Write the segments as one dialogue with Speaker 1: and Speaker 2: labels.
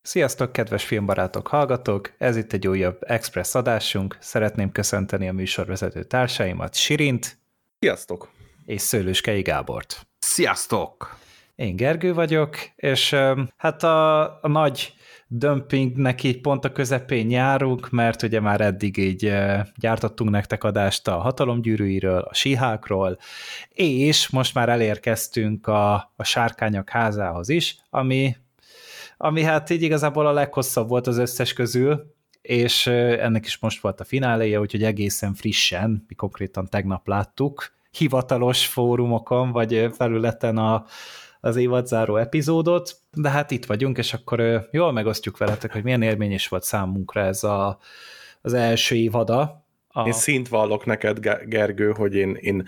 Speaker 1: Sziasztok, kedves filmbarátok, hallgatók! Ez itt egy újabb Express adásunk. Szeretném köszönteni a műsorvezető társaimat, Sirint
Speaker 2: Sziasztok!
Speaker 1: és Szőlőskei Gábort.
Speaker 3: Sziasztok!
Speaker 1: Én Gergő vagyok, és hát a nagy dömpingnek így pont a közepén járunk, mert ugye már eddig így gyártottunk nektek adást a hatalomgyűrűiről, a síhákról, és most már elérkeztünk a Sárkányok házához is, ami hát így igazából a leghosszabb volt az összes közül, és ennek is most volt a fináléja, úgyhogy egészen frissen, mi konkrétan tegnap láttuk, hivatalos fórumokon, vagy felületen az évadzáró epizódot, de hát itt vagyunk, és akkor jól megosztjuk veletek, hogy milyen élmény is volt számunkra ez az első évada.
Speaker 2: Én szint vallok neked, Gergő, hogy én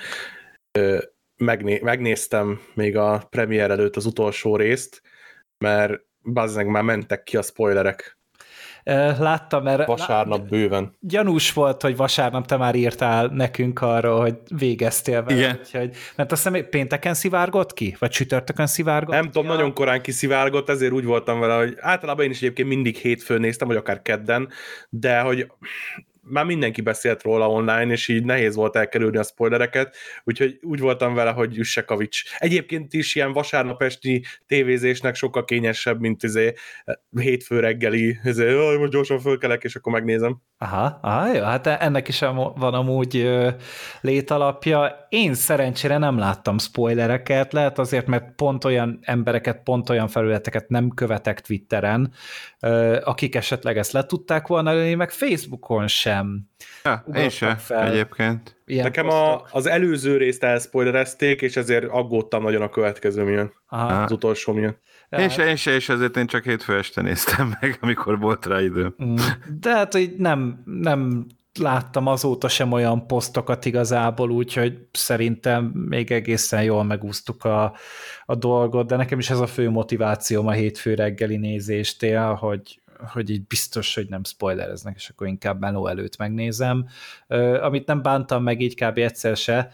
Speaker 2: megnéztem még a premier előtt az utolsó részt, mert bazzeg már mentek ki a spoilerek.
Speaker 1: Láttam, mert
Speaker 2: vasárnap bőven.
Speaker 1: Gyanús volt, hogy vasárnap te már írtál nekünk arról, hogy végeztél vele.
Speaker 3: Igen.
Speaker 1: Úgyhogy, mert azt hiszem pénteken szivárgott ki? Vagy csütörtökön szivárgott
Speaker 2: Nem
Speaker 1: ki?
Speaker 2: tudom, nagyon korán kiszivárgott, ezért úgy voltam vele, hogy általában én is egyébként mindig hétfőn néztem, vagy akár kedden, de hogy már mindenki beszélt róla online, és így nehéz volt elkerülni a spoilereket, úgyhogy úgy voltam vele, hogy üsse kavics. Egyébként is ilyen vasárnap esti tévézésnek sokkal kényesebb, mint hétfő reggeli, most gyorsan fölkelek, és akkor megnézem.
Speaker 1: Aha, jó, hát ennek is van amúgy létalapja. Én szerencsére nem láttam spoilereket, lehet azért, mert pont olyan embereket, pont olyan felületeket nem követek Twitteren, akik esetleg ezt le tudták volna lőni, meg Facebookon sem.
Speaker 3: Ja, én sem egyébként.
Speaker 2: Nekem az előző részt elspoilerezték, és ezért aggódtam nagyon a következő miatt. Az utolsó miatt.
Speaker 3: Én se, és ezért én csak hétfő este néztem meg, amikor volt rá idő.
Speaker 1: De hát így nem láttam azóta sem olyan posztokat igazából, úgyhogy szerintem még egészen jól megúsztuk a dolgot, de nekem is ez a fő motivációm a hétfő reggeli nézéstél, hogy így biztos, hogy nem spoilereznek, és akkor inkább meló előtt megnézem. Amit nem bántam meg így kb. Egyszer se,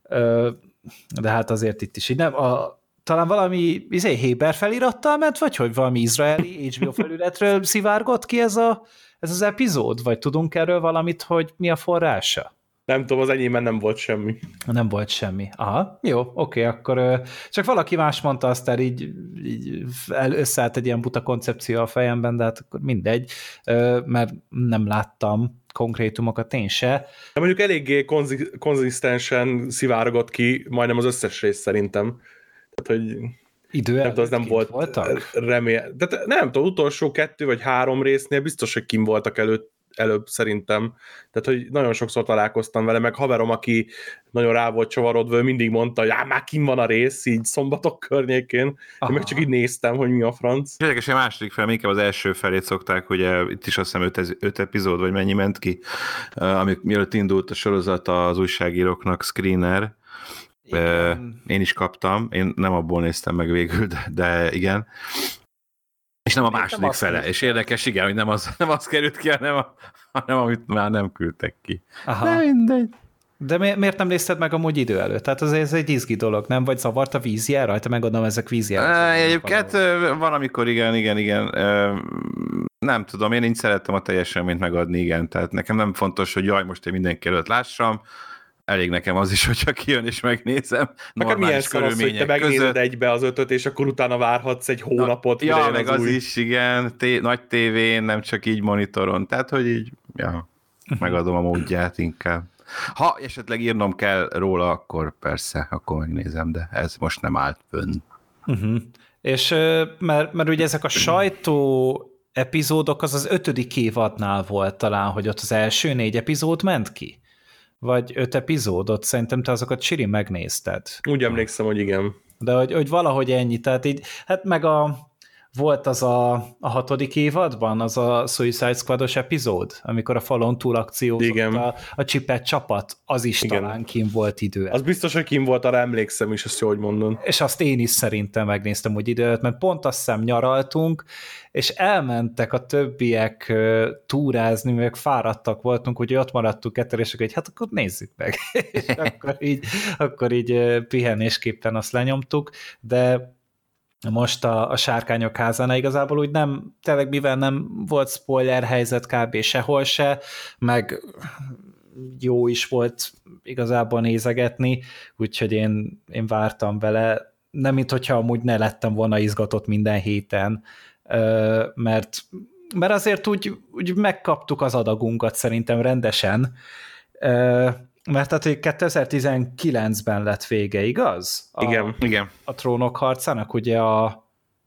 Speaker 1: de hát azért itt is így nem. Talán valami Héber felirattal ment, vagy hogy valami izraeli HBO felületről szivárgott ki ez az epizód? Vagy tudunk erről valamit, hogy mi a forrása?
Speaker 2: Nem tudom, az enyémben nem volt semmi.
Speaker 1: Nem volt semmi. Aha, jó, oké, akkor csak valaki más mondta, aztán így összeállt egy ilyen buta koncepció a fejemben, de hát akkor mindegy, mert nem láttam konkrétumokat én se.
Speaker 2: De mondjuk eléggé konzisztensen szivárgott ki majdnem az összes rész szerintem. Tehát, hogy
Speaker 1: idő
Speaker 2: nem volt
Speaker 1: voltak?
Speaker 2: Tehát nem tudom, utolsó 2 vagy 3 résznél biztos, hogy kim voltak előbb szerintem. Tehát, hogy nagyon sokszor találkoztam vele, meg haverom, aki nagyon rá volt csavarodva, ő mindig mondta, hogy már kim van a rész, így szombatok környékén. Én meg csak így néztem, hogy mi a franc.
Speaker 3: Érdekes, a második fel, inkább az első felét szokták, ugye itt is azt hiszem 5 epizód, vagy mennyi ment ki, amik mielőtt indult a sorozat az újságíróknak, Screener. Én is kaptam, én nem abból néztem meg végül, de igen. És nem a második fele. És érdekes, igen, hogy nem az került ki, hanem amit már nem küldtek ki.
Speaker 1: Aha.
Speaker 3: De mindegy.
Speaker 1: De miért nem nézted meg amúgy idő előtt? Tehát ez egy izgi dolog, nem? Vagy zavart a vízjel rajta? Megadom, ezek vízjel.
Speaker 3: Egyébként van, amikor igen. Nem tudom, én így szerettem a teljes élményt megadni, igen. Tehát nekem nem fontos, hogy jaj, most én mindenki előtt lássam. Elég nekem az is, hogyha kijön és megnézem.
Speaker 2: Nekem milyen szarasz, hogy te megnézed egybe az 5-öt, és akkor utána várhatsz egy hónapot.
Speaker 3: Ja, meg az is, igen, nagy tévén, nem csak így monitoron. Tehát, hogy így, megadom a módját inkább. Ha esetleg írnom kell róla, akkor persze, akkor megnézem, de ez most nem állt fönn.
Speaker 1: És mert ugye ezek a sajtó epizódok az 5. évadnál volt talán, hogy ott az első 4 epizód ment ki? Vagy 5 epizódot? Szerintem te azokat Siri megnézted.
Speaker 2: Úgy emlékszem, hogy igen.
Speaker 1: De hogy valahogy ennyi, tehát így, hát meg volt az a 6. évadban, az a Suicide Squad-os epizód, amikor a falon túl akciózott a csipet csapat, az is talán kim volt idő.
Speaker 2: Az biztos, hogy kim volt, arra emlékszem is, azt jól mondom.
Speaker 1: És azt én is szerintem megnéztem, hogy idő előtt, mert pont azt hiszem nyaraltunk, és elmentek a többiek túrázni, meg fáradtak voltunk, hogy ott maradtunk ketten, és hogy hát akkor nézzük meg. És akkor így pihenésképpen azt lenyomtuk, de most a Sárkányok házánál igazából úgy nem, tényleg mivel nem volt spoiler helyzet kb. Sehol se, meg jó is volt igazából nézegetni, úgyhogy én vártam vele, nem mint hogyha amúgy ne lettem volna izgatott minden héten, mert azért úgy megkaptuk az adagunkat szerintem rendesen, mert tehát 2019-ben lett vége, igaz?
Speaker 2: Igen.
Speaker 1: A Trónok harcának ugye a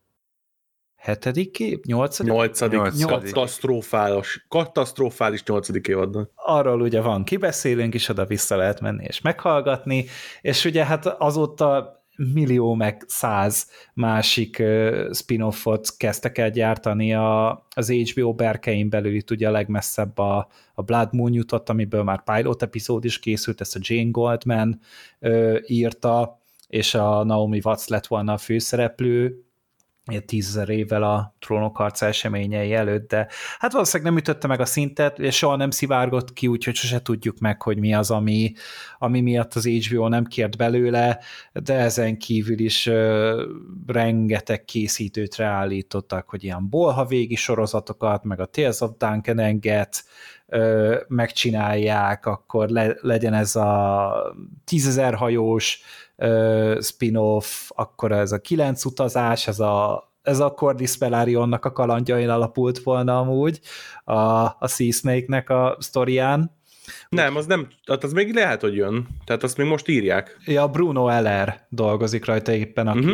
Speaker 1: 7. év? 8.
Speaker 2: 8. Katasztrofális 8. évadban.
Speaker 1: Arról ugye van kibeszélünk is, oda vissza lehet menni és meghallgatni, és ugye hát azóta millió meg 100 másik spin-offot kezdtek el gyártani az HBO berkein belül, itt ugye a legmesszebb a Blood Moon jutott, amiből már pilot epizód is készült, ezt a Jane Goldman írta, és a Naomi Watts lett volna a főszereplő, 10 000 évvel a Trónok harca eseményei előtt, de hát valószínűleg nem ütötte meg a szintet, és soha nem szivárgott ki, úgyhogy sose tudjuk meg, hogy mi az, ami miatt az HBO nem kért belőle, de ezen kívül is rengeteg készítőt ráállítottak, hogy ilyen bolhavégi sorozatokat, meg a Tales of Duncan-et megcsinálják, akkor legyen ez a 10 000 hajós spin-off, akkor ez a 9 utazás, ez a Corlys Velarionnak a kalandjain alapult volna amúgy, a Sea Snake-nek a sztorián.
Speaker 2: Nem, az még lehet, hogy jön. Tehát azt még most írják.
Speaker 1: Ja, Bruno Eller dolgozik rajta éppen, aki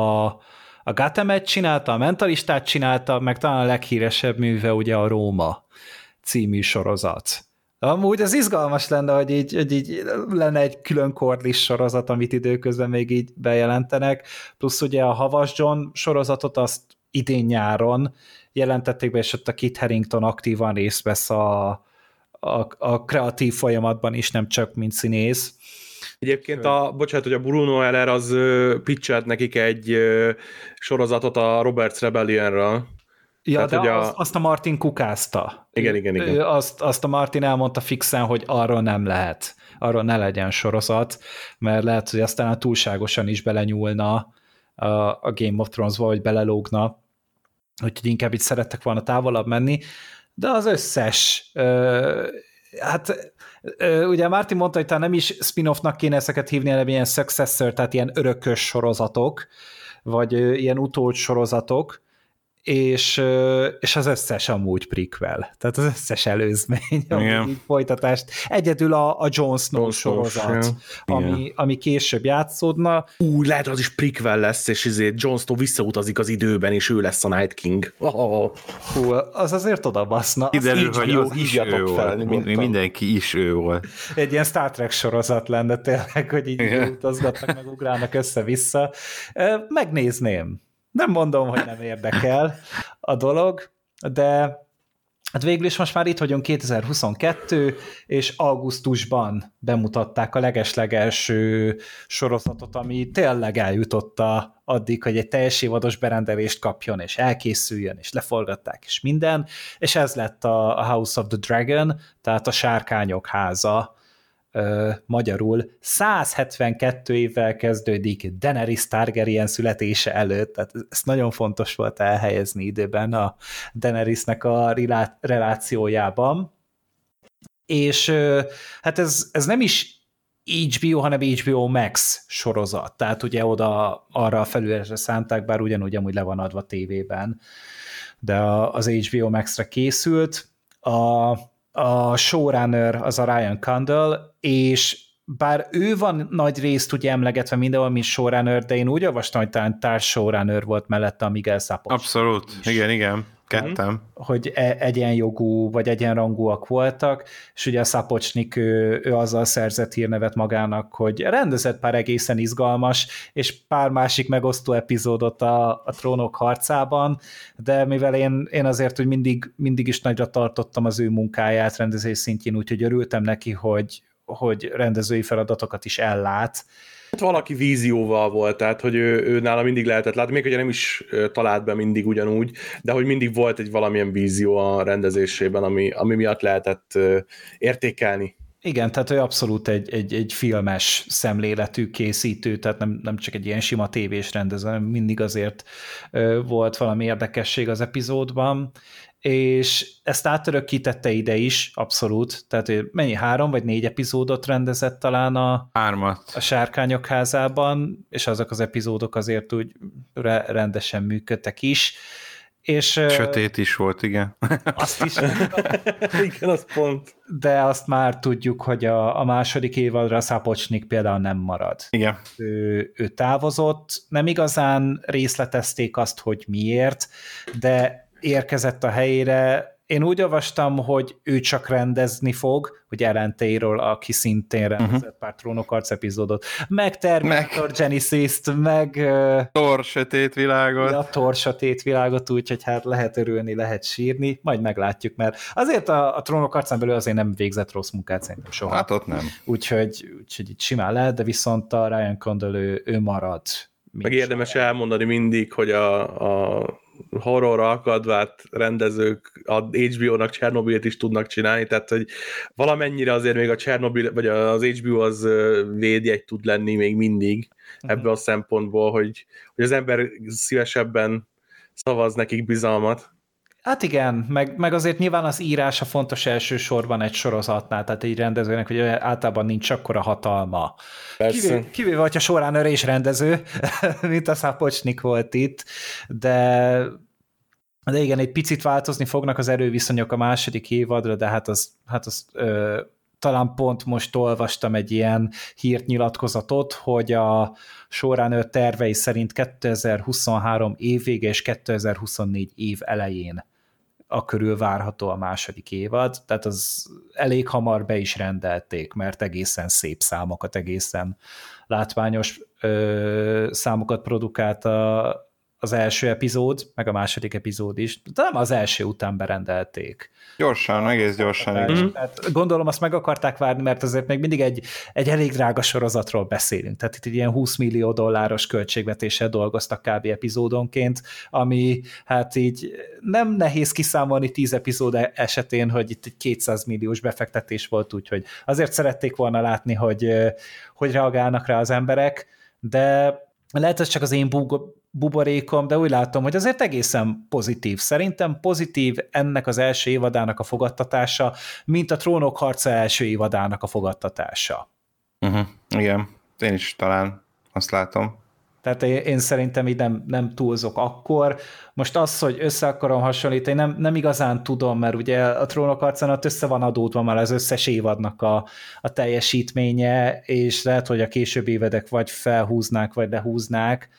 Speaker 1: a Gotham-et csinálta, a Mentalistát csinálta, meg talán a leghíresebb műve ugye a Róma című sorozat. Amúgy az izgalmas lenne, hogy így lenne egy külön Corlys sorozat, amit időközben még így bejelentenek, plusz ugye a Havas John sorozatot azt idén nyáron jelentették be, és ott a Kit Harington aktívan részt vesz a kreatív folyamatban is, nem csak mint színész.
Speaker 2: Egyébként bocsánat, hogy a Bruno Eller az pitchelt nekik egy sorozatot a Robert's Rebellionra.
Speaker 1: Ja, tehát, de azt a Martin kukázta.
Speaker 2: Igen.
Speaker 1: Azt a Martin elmondta fixen, hogy arról nem lehet. Arról ne legyen sorozat, mert lehet, hogy aztán túlságosan is belenyúlna a Game of Thrones-ba, vagy belelógna, úgyhogy inkább itt szerettek volna távolabb menni, de az összes ugye Martin mondta, hogy talán nem is spin-offnak kéne ezeket hívni, hanem ilyen successor, tehát ilyen örökös sorozatok, vagy ilyen utód sorozatok, és az összes amúgy prequel, tehát az összes előzmény, amúgy folytatást. Egyedül a Jon Snow sorozat, ami később játszódna.
Speaker 2: Lehet, az is prequel lesz, és Jon Snow visszautazik az időben, és ő lesz a Night King.
Speaker 1: Hú, az azért odabaszna.
Speaker 3: Kiderül, hogy az is ő volt. Mindenki is ő volt.
Speaker 1: Egy ilyen Star Trek sorozat lenne tényleg, hogy így utazgatnak, meg ugrálnak össze-vissza. Megnézném. Nem mondom, hogy nem érdekel a dolog, de hát végül is most már itt vagyunk 2022, és augusztusban bemutatták a legeslegelső sorozatot, ami tényleg eljutotta addig, hogy egy teljes évados berendelést kapjon, és elkészüljön, és leforgatták, és minden, és ez lett a House of the Dragon, tehát a Sárkányok háza, magyarul 172 évvel kezdődik Daenerys Targaryen születése előtt, tehát ez nagyon fontos volt elhelyezni időben a Daenerysnek a relációjában, és hát ez nem is HBO, hanem HBO Max sorozat, tehát ugye oda arra a felületre szánták, bár ugyanúgy amúgy le van adva tévében, de az HBO Max-re készült. A showrunner az a Ryan Condal, és bár ő van nagy részt ugye emlegetve mindenhol, mint showrunner, de én úgy olvastam, hogy talán társ showrunner volt mellette a Miguel Sapochnik.
Speaker 3: Abszolút, is. Igen, kettem.
Speaker 1: Hogy egyenjogú, vagy egyenrangúak voltak, és ugye a Sapochnik, ő azzal szerzett hírnevet magának, hogy rendezett pár egészen izgalmas, és pár másik megosztó epizódot a Trónok harcában, de mivel én azért úgy mindig is nagyra tartottam az ő munkáját rendezés szintjén, úgyhogy örültem neki, hogy rendezői feladatokat is ellát.
Speaker 2: Hát valaki vízióval volt, tehát hogy ő nála mindig lehetett látni, még hogyha nem is talált be mindig ugyanúgy, de hogy mindig volt egy valamilyen vízió a rendezésében, ami miatt lehetett értékelni.
Speaker 1: Igen, tehát ő abszolút egy filmes szemléletű készítő, tehát nem csak egy ilyen sima tévés rendező, hanem mindig azért volt valami érdekesség az epizódban, és ezt átörökítette ide is, abszolút, tehát mennyi, 3 vagy 4 epizódot rendezett talán a Sárkányok házában, és azok az epizódok azért úgy rendesen működtek is, és
Speaker 3: sötét is volt, igen.
Speaker 1: Azt is.
Speaker 2: Igen, az pont.
Speaker 1: De azt már tudjuk, hogy a második évadra Szapocsnik például nem marad.
Speaker 3: Igen.
Speaker 1: Ő távozott, nem igazán részletezték azt, hogy miért, de érkezett a helyére. Én úgy olvastam, hogy ő csak rendezni fog, hogy Ellen Taylor, aki szintén rendezett pár Trónokharc epizódot, meg Terminator Genesis-t, meg
Speaker 3: Thor sötét világot.
Speaker 1: A Thor sötét világot, úgyhogy hát lehet örülni, lehet sírni, majd meglátjuk, mert azért a Trónokharcán belül azért nem végzett rossz munkát szerintem soha.
Speaker 3: Hát ott nem.
Speaker 1: Úgyhogy itt simán lehet, de viszont a Ryan Condal ő marad.
Speaker 2: Meg érdemes elmondani mindig, hogy a horrorra akadvált rendezők a HBO-nak Csernobilt is tudnak csinálni, tehát hogy valamennyire azért még a Csernobil, vagy az HBO az védjegy tud lenni még mindig ebből a szempontból, hogy az ember szívesebben szavaz nekik bizalmat.
Speaker 1: Hát igen, meg azért nyilván az írása fontos elsősorban egy sorozatnál, tehát egy rendezőnek, hogy általában nincs akkora hatalma. Kivéve, hogyha során is rendező, mint a Szapocsnik volt itt, de igen, egy picit változni fognak az erőviszonyok a második évadra, de hát az talán pont most olvastam egy ilyen hírnyilatkozatot, hogy a showrunner tervei szerint 2023 év vége és 2024 év elején a körül várható a második évad, tehát az elég hamar be is rendelték, mert egészen szép számokat, egészen látványos számokat produkált az első epizód, meg a második epizód is, de nem az első után berendelték.
Speaker 3: Gyorsan, egész gyorsan.
Speaker 1: Tehát gondolom azt meg akarták várni, mert azért még mindig egy elég drága sorozatról beszélünk. Tehát itt egy ilyen $20 millió költségvetéssel dolgoztak kb. Epizódonként, ami hát így nem nehéz kiszámolni 10 epizód esetén, hogy itt egy 200 milliós befektetés volt, úgyhogy azért szerették volna látni, hogy reagálnak rá az emberek, de lehet ez csak az én buborékom, de úgy látom, hogy azért egészen pozitív. Szerintem pozitív ennek az első évadának a fogadtatása, mint a Trónok harca első évadának a fogadtatása.
Speaker 3: Igen, én is talán azt látom.
Speaker 1: Tehát én szerintem így nem túlzok akkor. Most az, hogy össze akarom hasonlítani, nem igazán tudom, mert ugye a Trónok harcán ott össze van adódva már az összes évadnak a teljesítménye, és lehet, hogy a későbbi évadek vagy felhúznák, vagy lehúznák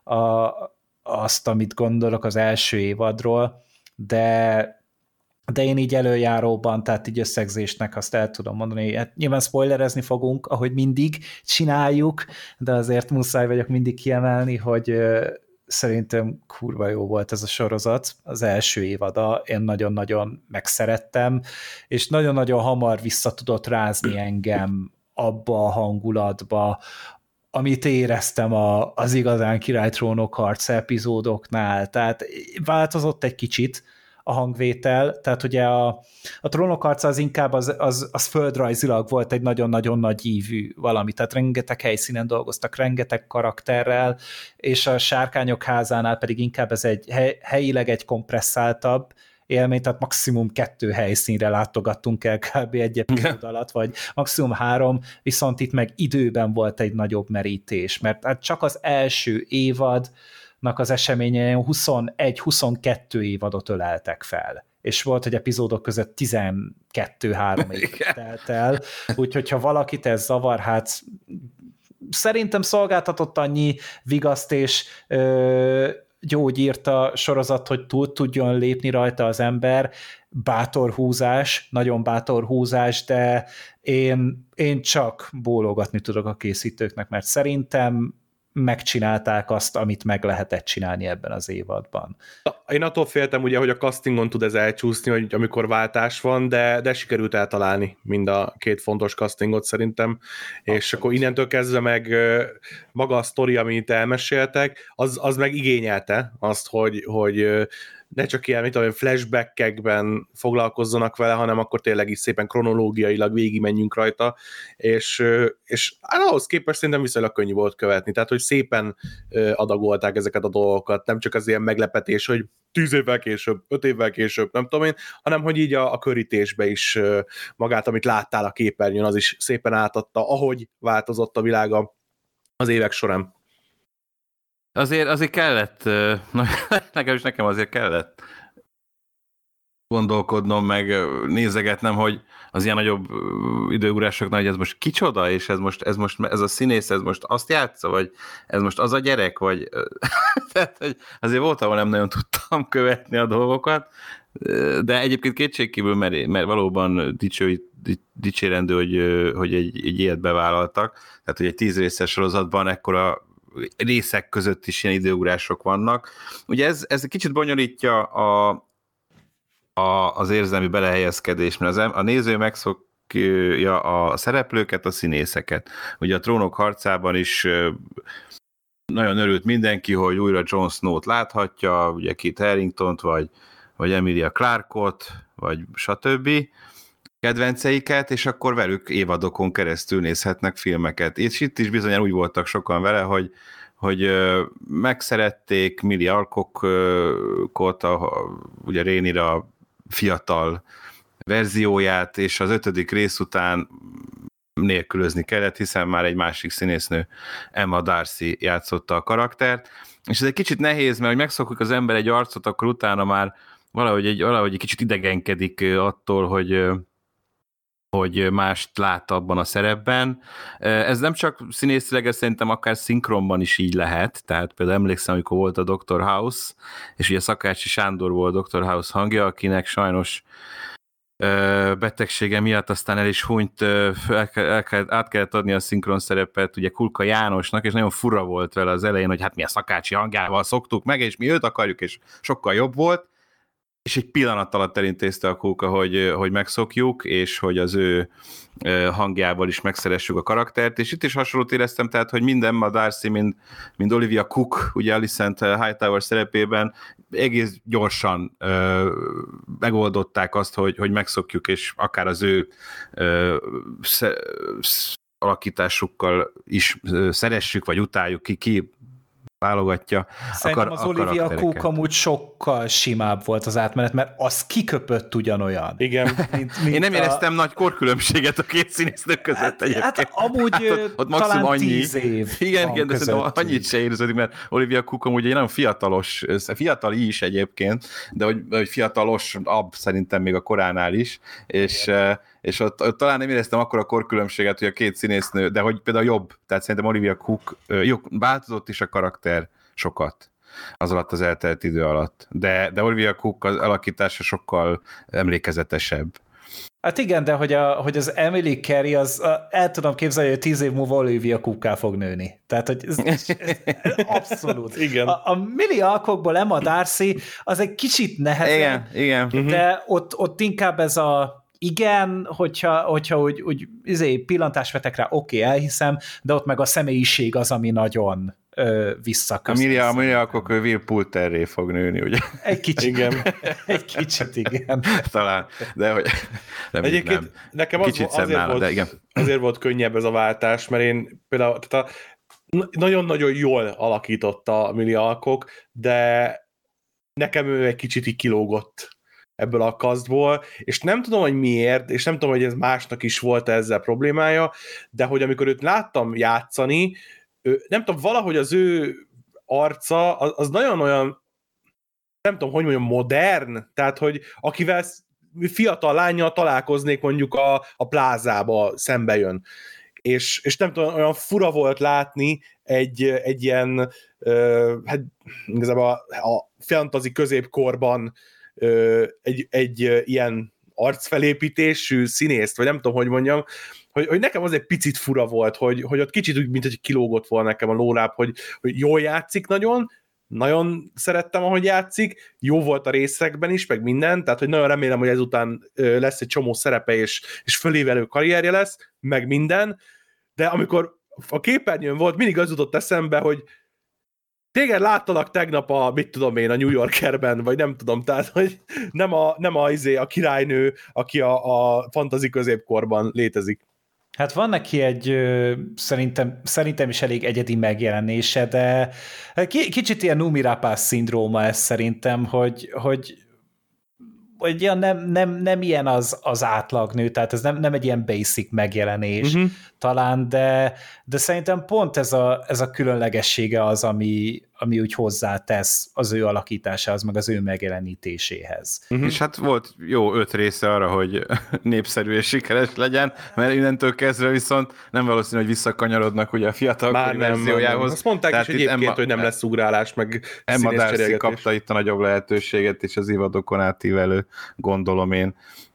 Speaker 1: azt, amit gondolok az első évadról, de én így előjáróban, tehát így összegzésnek azt el tudom mondani, hát nyilván spoilerezni fogunk, ahogy mindig csináljuk, de azért muszáj vagyok mindig kiemelni, hogy szerintem kurva jó volt ez a sorozat, az első évada, én nagyon-nagyon megszerettem, és nagyon-nagyon hamar vissza tudott rázni engem abba a hangulatba, amit éreztem az igazán Királytrónok harca epizódoknál, tehát változott egy kicsit a hangvétel, tehát ugye a Trónok harca az inkább az földrajzilag volt egy nagyon-nagyon nagy ívű valami, tehát rengeteg helyszínen dolgoztak, rengeteg karakterrel, és a Sárkányok házánál pedig inkább ez egy helyileg egy kompresszáltabb élmény, tehát maximum 2 helyszínre látogattunk el kb. Egy epizód alatt, vagy maximum 3, viszont itt meg időben volt egy nagyobb merítés, mert hát csak az első évadnak az eseményei 21-22 évadot öleltek fel, és volt, hogy epizódok között 12-3 év telt el, úgyhogy ha valakit ez zavar, hát szerintem szolgáltatott annyi vigaszt és gyógyírt a sorozat, hogy túl tudjon lépni rajta az ember. Bátor húzás, nagyon bátor húzás, de én csak bólogatni tudok a készítőknek, mert szerintem megcsinálták azt, amit meg lehetett csinálni ebben az évadban.
Speaker 2: Én attól féltem ugye, hogy a castingon tud ez elcsúszni, hogy amikor váltás van, de sikerült eltalálni mind a 2 fontos castingot szerintem, abszolút. És akkor innentől kezdve meg maga a sztori, amit elmeséltek, az meg igényelte azt, hogy ne csak ilyen, mit tudom, flashback-ekben foglalkozzanak vele, hanem akkor tényleg is szépen kronológiailag végigmenjünk rajta, és ahhoz képest szerintem viszonylag könnyű volt követni, tehát hogy szépen adagolták ezeket a dolgokat, nem csak az ilyen meglepetés, hogy 10 évvel később, 5 évvel később, nem tudom én, hanem hogy így a körítésbe is magát, amit láttál a képernyőn, az is szépen átadta, ahogy változott a világa az évek során.
Speaker 3: Azért kellett, legalábbis nekem azért kellett gondolkodnom, meg nézegetnem, hogy az ilyen nagyobb időugrásoknál, hogy ez most kicsoda, és ez a színész, ez most azt játsza, vagy ez most az a gyerek, vagy tehát, hogy azért volt, ahol nem nagyon tudtam követni a dolgokat, de egyébként kétségkívül, mert valóban dicsérendő, hogy egy ilyet bevállaltak, tehát hogy egy 10 részes sorozatban ekkora részek között is ilyen időugrások vannak. Ugye ez kicsit bonyolítja az érzelmi belehelyezkedés, mert a néző megszokja a szereplőket, a színészeket. Ugye a Trónok harcában is nagyon örült mindenki, hogy újra Jon Snow-t láthatja, ugye Kit Haringtont, vagy Emilia Clarke-ot, vagy stb. Kedvenceiket, és akkor velük évadokon keresztül nézhetnek filmeket. És itt is bizonyan úgy voltak sokan vele, hogy megszerették Millie Alcock-ot, ugye Rhaenyra fiatal verzióját, és az 5. rész után nélkülözni kellett, hiszen már egy másik színésznő, Emma Darcy játszotta a karaktert, és ez egy kicsit nehéz, mert hogy megszokjuk az ember egy arcot, akkor utána már valahogy egy kicsit idegenkedik attól, hogy mást lát abban a szerepben. Ez nem csak színészileg, ez szerintem akár szinkronban is így lehet, tehát például emlékszem, amikor volt a Dr. House, és ugye Szakácsi Sándor volt a Dr. House hangja, akinek sajnos betegsége miatt aztán el is hunyt, át kellett adni a szinkron szerepet ugye Kulka Jánosnak, és nagyon fura volt vele az elején, hogy hát mi a Szakácsi hangjával szoktuk meg, és mi őt akarjuk, és sokkal jobb volt, és egy pillanat alatt elintézte a Kulka, hogy megszokjuk, és hogy az ő hangjával is megszeressük a karaktert, és itt is hasonlót éreztem, tehát, hogy mind Emma Darcy, mind Olivia Cook, ugye Alicent Hightower szerepében egész gyorsan megoldották azt, hogy megszokjuk, és akár az ő alakításukkal is szeressük, vagy utáljuk ki válogatja.
Speaker 1: Szerintem az Olivia Cook amúgy sokkal simább volt az átmenet, mert az kiköpött ugyanolyan.
Speaker 2: Igen.
Speaker 1: Mint
Speaker 3: én nem éreztem nagy korkülönbséget a két színésztő között egyébként.
Speaker 1: Hát amúgy
Speaker 3: ott maximum
Speaker 1: talán
Speaker 3: annyi.
Speaker 1: 10 év
Speaker 3: Igen, de szerintem annyit se érződik, mert Olivia Cook amúgy egy nagyon fiatal is egyébként, de hogy fiatalosabb szerintem még a koránál is, és ott talán nem éreztem akkor a korkülönbséget, hogy a két színésznő, de hogy például jobb, tehát szerintem Olivia Cook, változott is a karakter sokat az alatt az eltelt idő alatt, de Olivia Cook az alakítása sokkal emlékezetesebb.
Speaker 1: Hát igen, de hogy az Emily Carey, el tudom képzelni, hogy 10 év múlva Olivia Cookkal fog nőni. Tehát, hogy ez abszolút.
Speaker 2: Igen.
Speaker 1: A Millie Alcockból Emma Darcy az egy kicsit nehezebb,
Speaker 3: Igen.
Speaker 1: De ott inkább ez igen, hogyha úgy pillantást vetek rá, oké, elhiszem, de ott meg a személyiség az, ami nagyon visszaközt.
Speaker 3: A Millie Alcock Will Poulterré fog nőni, ugye?
Speaker 1: Egy kicsit.
Speaker 2: Igen.
Speaker 1: Egy kicsit, igen.
Speaker 3: Talán, de hogy nem.
Speaker 2: Egyébként
Speaker 3: nem.
Speaker 2: nekem azért volt könnyebb ez a váltás, mert én például nagyon-nagyon jól alakította Millie Alcock, de nekem ő egy kicsit így kilógott ebből a kasztból, és nem tudom, hogy miért, és nem tudom, hogy ez másnak is volt ezzel problémája, de hogy amikor őt láttam játszani, nem tudom, valahogy az ő arca, az nagyon olyan, nem tudom, hogy mondjam, modern, tehát, hogy akivel fiatal lánnyal találkoznék mondjuk a plázába szembe jön. És nem tudom, olyan fura volt látni egy ilyen, hát igazából a fantasy középkorban egy ilyen arcfelépítésű színészt, vagy nem tudom, hogy mondjam, hogy nekem az egy picit fura volt, hogy ott kicsit úgy, mint hogy kilógott volna nekem a lórább, hogy jól játszik nagyon szerettem, ahogy játszik, jó volt a részekben is, meg minden, tehát hogy nagyon remélem, hogy ezután lesz egy csomó szerepe, és fölévelő karrierje lesz, meg minden, de amikor a képernyőn volt, mindig az jutott eszembe, hogy téged láttalak tegnap mit tudom én, a New Yorkerben, vagy nem tudom, tehát, hogy nem a királynő, aki a fantasy középkorban létezik.
Speaker 1: Hát van neki egy szerintem is elég egyedi megjelenése, de kicsit ilyen Noomi Rapace szindróma ez szerintem, hogy ja, nem ilyen az átlagnő, tehát ez nem egy ilyen basic megjelenés talán, de szerintem pont ez a különlegessége az, ami úgy hozzátesz az ő alakításához, meg az ő megjelenítéséhez.
Speaker 3: És hát volt jó 5 része arra, hogy népszerű és sikeres legyen, mert innentől kezdve viszont nem valószínű, hogy visszakanyarodnak ugye a fiatalkori verziójához.
Speaker 2: Azt mondták tehát is egyébként, hogy nem lesz ugrálás, meg
Speaker 3: Emma Darcy kapta itt a nagyobb lehetőséget, és az évadokon átívelő, gondolom én,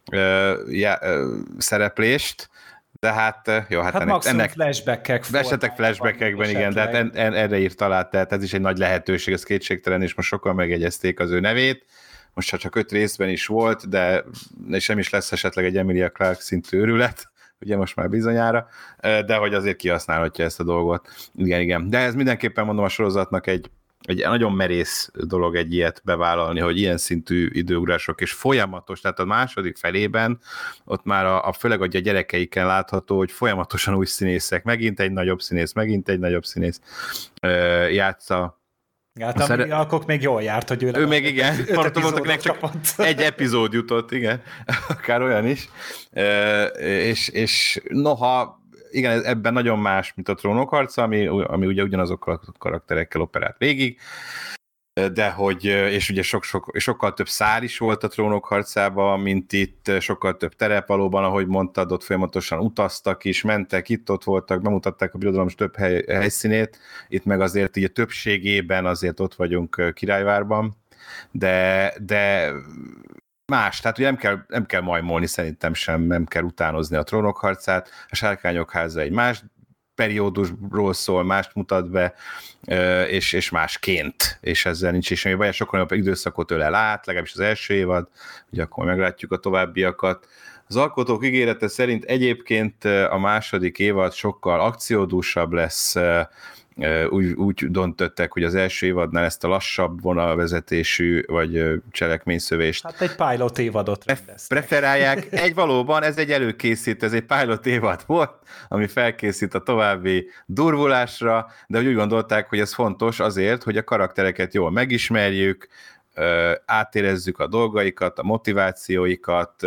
Speaker 3: szereplést. De hát, jó, hát
Speaker 1: ennek flashback-ek.
Speaker 3: Esetek flashback-ekben, igen, de hát erre írt alá, tehát ez is egy nagy lehetőség, ez kétségtelen, és most sokan megjegyezték az ő nevét. Most ha csak 5 részben is volt, de sem is lesz esetleg egy Emilia Clarke szintű őrület, ugye most már bizonyára, de hogy azért kihasználhatja ezt a dolgot. Igen. De ez mindenképpen mondom a sorozatnak egy nagyon merész dolog egy ilyet bevállalni, hogy ilyen szintű időugrások, és folyamatos, tehát a második felében ott már főleg a gyerekeiken látható, hogy folyamatosan új színészek, megint egy nagyobb színész játsza.
Speaker 1: Hát a Alkok még jól járt, hogy
Speaker 3: ő még igen, voltak csak egy epizód jutott, igen, akár olyan is, és noha igen, ebben nagyon más, mint a Trónok harca, ami ugye ugyanazokkal a karakterekkel operált végig, de hogy, és ugye sokkal több szál is volt a Trónok harcában, mint itt, sokkal több terep valóban, ahogy mondtad, ott folyamatosan utaztak is, mentek, itt-ott voltak, bemutatták a birodalom több helyszínét, itt meg azért így a többségében azért ott vagyunk Királyvárban, de más, tehát ugye nem kell majmolni szerintem sem, nem kell utánozni a Trónok harcát, a Sárkányok háza egy más periódusról szól, mást mutat be, és másként, és ezzel nincs is semmi baj, sokkal nagyobb időszakot ölel át, legalábbis az első évad, ugye akkor meglátjuk a továbbiakat. Az alkotók ígérete szerint egyébként a második évad sokkal akciódúsabb lesz, úgy döntöttek, hogy az első évadnál ezt a lassabb vonalvezetésű, vagy cselekményszövést.
Speaker 1: Hát egy pilot évadot rendeztek.
Speaker 3: Preferálják. Valóban, ez egy előkészít, ez egy pilot évad volt, ami felkészít a további durvulásra, de úgy gondolták, hogy ez fontos azért, hogy a karaktereket jól megismerjük, átérezzük a dolgaikat, a motivációikat,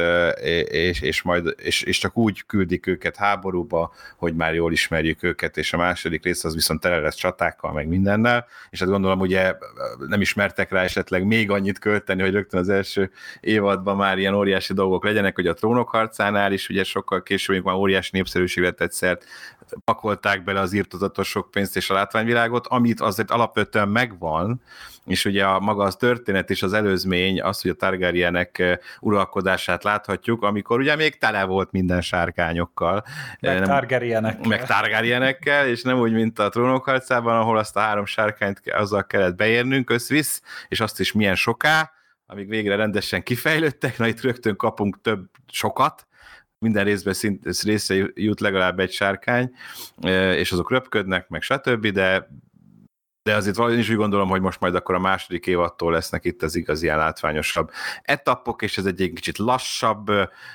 Speaker 3: és csak úgy küldik őket háborúba, hogy már jól ismerjük őket, és a második rész az viszont tele lesz csatákkal, meg mindennel, és hát gondolom, ugye nem ismertek rá esetleg még annyit költeni, hogy rögtön az első évadban már ilyen óriási dolgok legyenek, hogy a Trónok harcánál is ugye sokkal később már óriási népszerűségre tett szert, pakolták bele az írtozatos sok pénzt és a látványvilágot, amit azért alapvetően megvan, és ugye maga az történet és az előzmény, az, hogy a Targaryenek uralkodását láthatjuk, amikor ugye még tele volt minden sárkányokkal.
Speaker 1: Meg
Speaker 3: Targaryenekkel, és nem úgy, mint a Trónok harcában, ahol azt a 3 sárkányt azzal kellett beérnünk összvisz, és azt is milyen soká, amíg végre rendesen kifejlődtek, na itt rögtön kapunk sokat, minden részben része jut legalább egy sárkány, és azok röpködnek, meg stb., de azért valahogy is úgy gondolom, hogy most majd akkor a második évattól lesznek itt az igazi ilyen látványosabb etappok, és ez egy kicsit lassabb,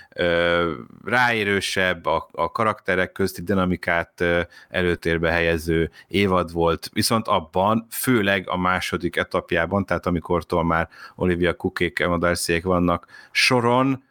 Speaker 3: ráérősebb, a karakterek közti dinamikát előtérbe helyező évad volt, viszont abban, főleg a második etapjában, tehát amikortól már Olivia Cookék, Emma Darcyék vannak soron,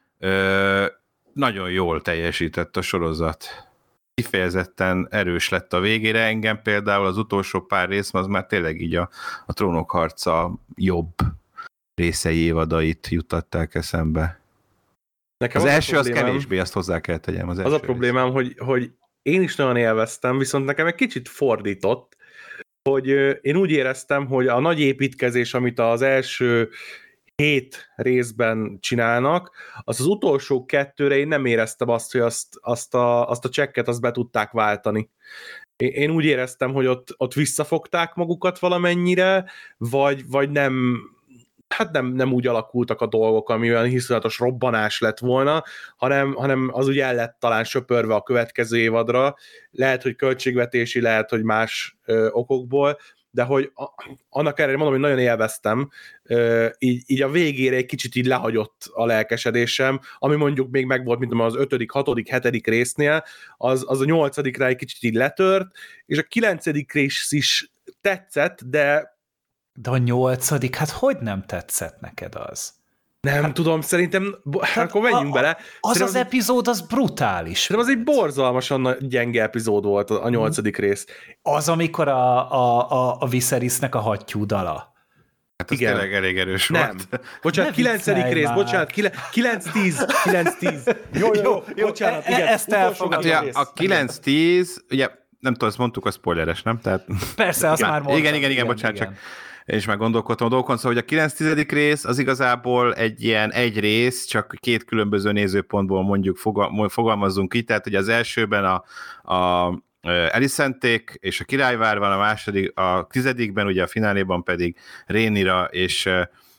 Speaker 3: nagyon jól teljesített a sorozat. Kifejezetten erős lett a végére, engem például az utolsó pár rész, az már tényleg így a Trónok harca jobb részei évadait juttatták eszembe. Nekem az első az kevésbé, azt hozzá kell tegyem. Az
Speaker 2: a problémám, hogy én is nagyon élveztem, viszont nekem egy kicsit fordított, hogy én úgy éreztem, hogy a nagy építkezés, amit az első 7 részben csinálnak, az utolsó 2-re én nem éreztem azt, hogy azt a csekket azt be tudták váltani. Én úgy éreztem, hogy ott visszafogták magukat valamennyire, vagy nem, hát nem úgy alakultak a dolgok, ami olyan hiszonyatos robbanás lett volna, hanem az úgy el lett talán söpörve a következő évadra, lehet, hogy költségvetési, lehet, hogy más okokból, de hogy annak ellenére mondom, hogy nagyon élveztem, így a végére egy kicsit így lehagyott a lelkesedésem, ami mondjuk még megvolt, mint az 5., 6., 7. résznél, az a 8-ra egy kicsit így letört, és a 9. rész is tetszett, de
Speaker 1: a 8., hát hogy nem tetszett neked az?
Speaker 2: Nem tudom, szerintem, akkor menjünk bele.
Speaker 1: Az epizód, az brutális.
Speaker 2: Szerintem az egy borzalmasan gyenge epizód volt a 8. rész.
Speaker 1: Az, amikor a Viserysnek a hattyú dala.
Speaker 3: Hát ez tényleg elég erős volt.
Speaker 2: Bocsánat, 9. rész, bocsánat, 9-10. Jó, bocsánat, igen.
Speaker 1: Ezt elfogadom.
Speaker 3: Hát, a 9-10, ugye, nem tudom, ezt mondtuk, a spoileres, nem? Tehát,
Speaker 1: persze, azt már mondtam.
Speaker 3: Igen, bocsánat, csak és már gondolkodtam a dolgokon, szóval hogy a 9-10. rész az igazából egy rész, csak 2 különböző nézőpontból mondjuk fogalmazzunk így, tehát ugye az elsőben a Alicent-ék és a királyvár van, a második, a 10. ugye a fináléban pedig Rhaenyra és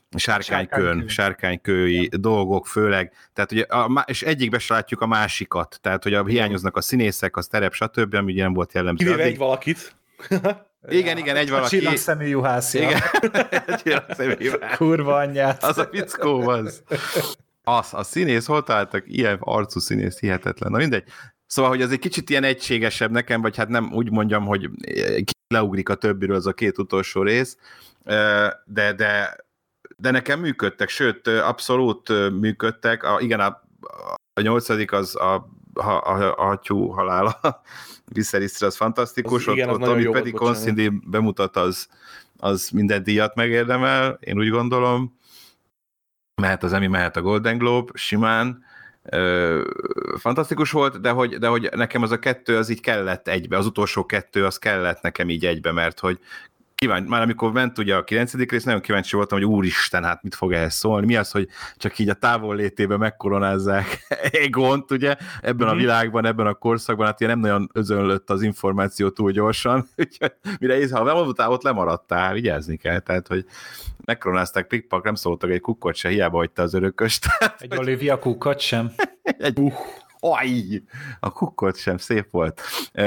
Speaker 3: sárkánykői dolgok főleg, tehát ugye, és egyikbe se látjuk a másikat, tehát hogy hiányoznak a színészek, a terep, stb., ami ugye nem volt jellemző.
Speaker 2: Kivéve egy valakit.
Speaker 3: Igen, egy valaki.
Speaker 1: A csillagszemű juhászja.
Speaker 3: Igen, csillagszemű juhász.
Speaker 1: Kurva anyját.
Speaker 3: Az a fickó az. A színész, hol találtak ilyen arcú színész, hihetetlen. Na mindegy. Szóval, hogy az egy kicsit ilyen egységesebb nekem, vagy hát nem úgy mondjam, hogy leugrik a többiről az a 2 utolsó rész, de nekem működtek, sőt, abszolút működtek. Igen, a 8. az a hattyú halála Viserysre, az fantasztikus,
Speaker 2: az, igen,
Speaker 3: ott amit pedig Considine bemutat, az minden díjat megérdemel, én úgy gondolom. Mehet az Emmy, mehet a Golden Globe, simán. Fantasztikus volt, de hogy nekem az a 2 az így kellett egybe, az utolsó 2 az kellett nekem így egybe, mert hogy már amikor ment ugye a 9. rész, nagyon kíváncsi voltam, hogy úristen, hát mit fog ehhez szólni, mi az, hogy csak így a távol létében megkoronázzák Aegont, ugye, ebben a világban, ebben a korszakban, hát ilyen nem nagyon özönlött az információ túl gyorsan, úgyhogy mire ha bemondtál, ott lemaradtál, vigyázni kell, tehát, hogy megkoronázták pikpak, nem szóltak egy kukkot se, hiába hagyta az örököst.
Speaker 1: Egy Olivia kukkot sem.
Speaker 3: A kukkot sem, szép volt.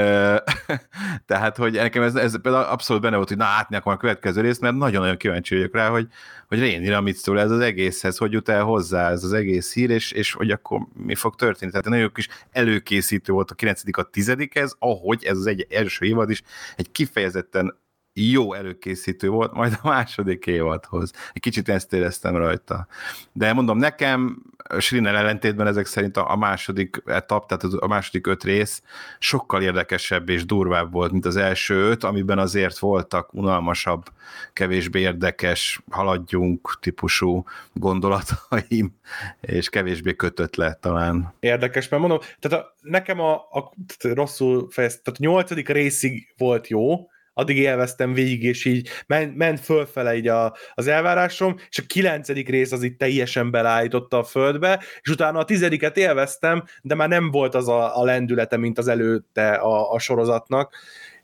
Speaker 3: Tehát, hogy nekem ez például abszolút benne volt, hogy na átni akarom a következő részt, mert nagyon-nagyon kíváncsi vagyok rá, hogy Rhaenyra mit szól ez az egészhez, hogy jut el hozzá ez az egész hír, és hogy akkor mi fog történni. Tehát nagyon kis előkészítő volt a 9. a 10-hez, ahogy ez az első évad is egy kifejezetten jó előkészítő volt, majd a második évadhoz. Egy kicsit ezt éreztem rajta. De mondom, nekem Schrinner ellentétben ezek szerint a második etap, tehát a második 5 rész sokkal érdekesebb és durvább volt, mint az első 5, amiben azért voltak unalmasabb, kevésbé érdekes, haladjunk típusú gondolataim, és kevésbé kötött le talán.
Speaker 2: Érdekes, mert mondom, tehát nekem rosszul fejeztem, tehát a 8. részig volt jó, addig élveztem végig, és így ment fölfele így az elvárásom, és a 9. rész az itt teljesen beleállította a földbe, és utána a 10-et élveztem, de már nem volt az a lendülete, mint az előtte a sorozatnak,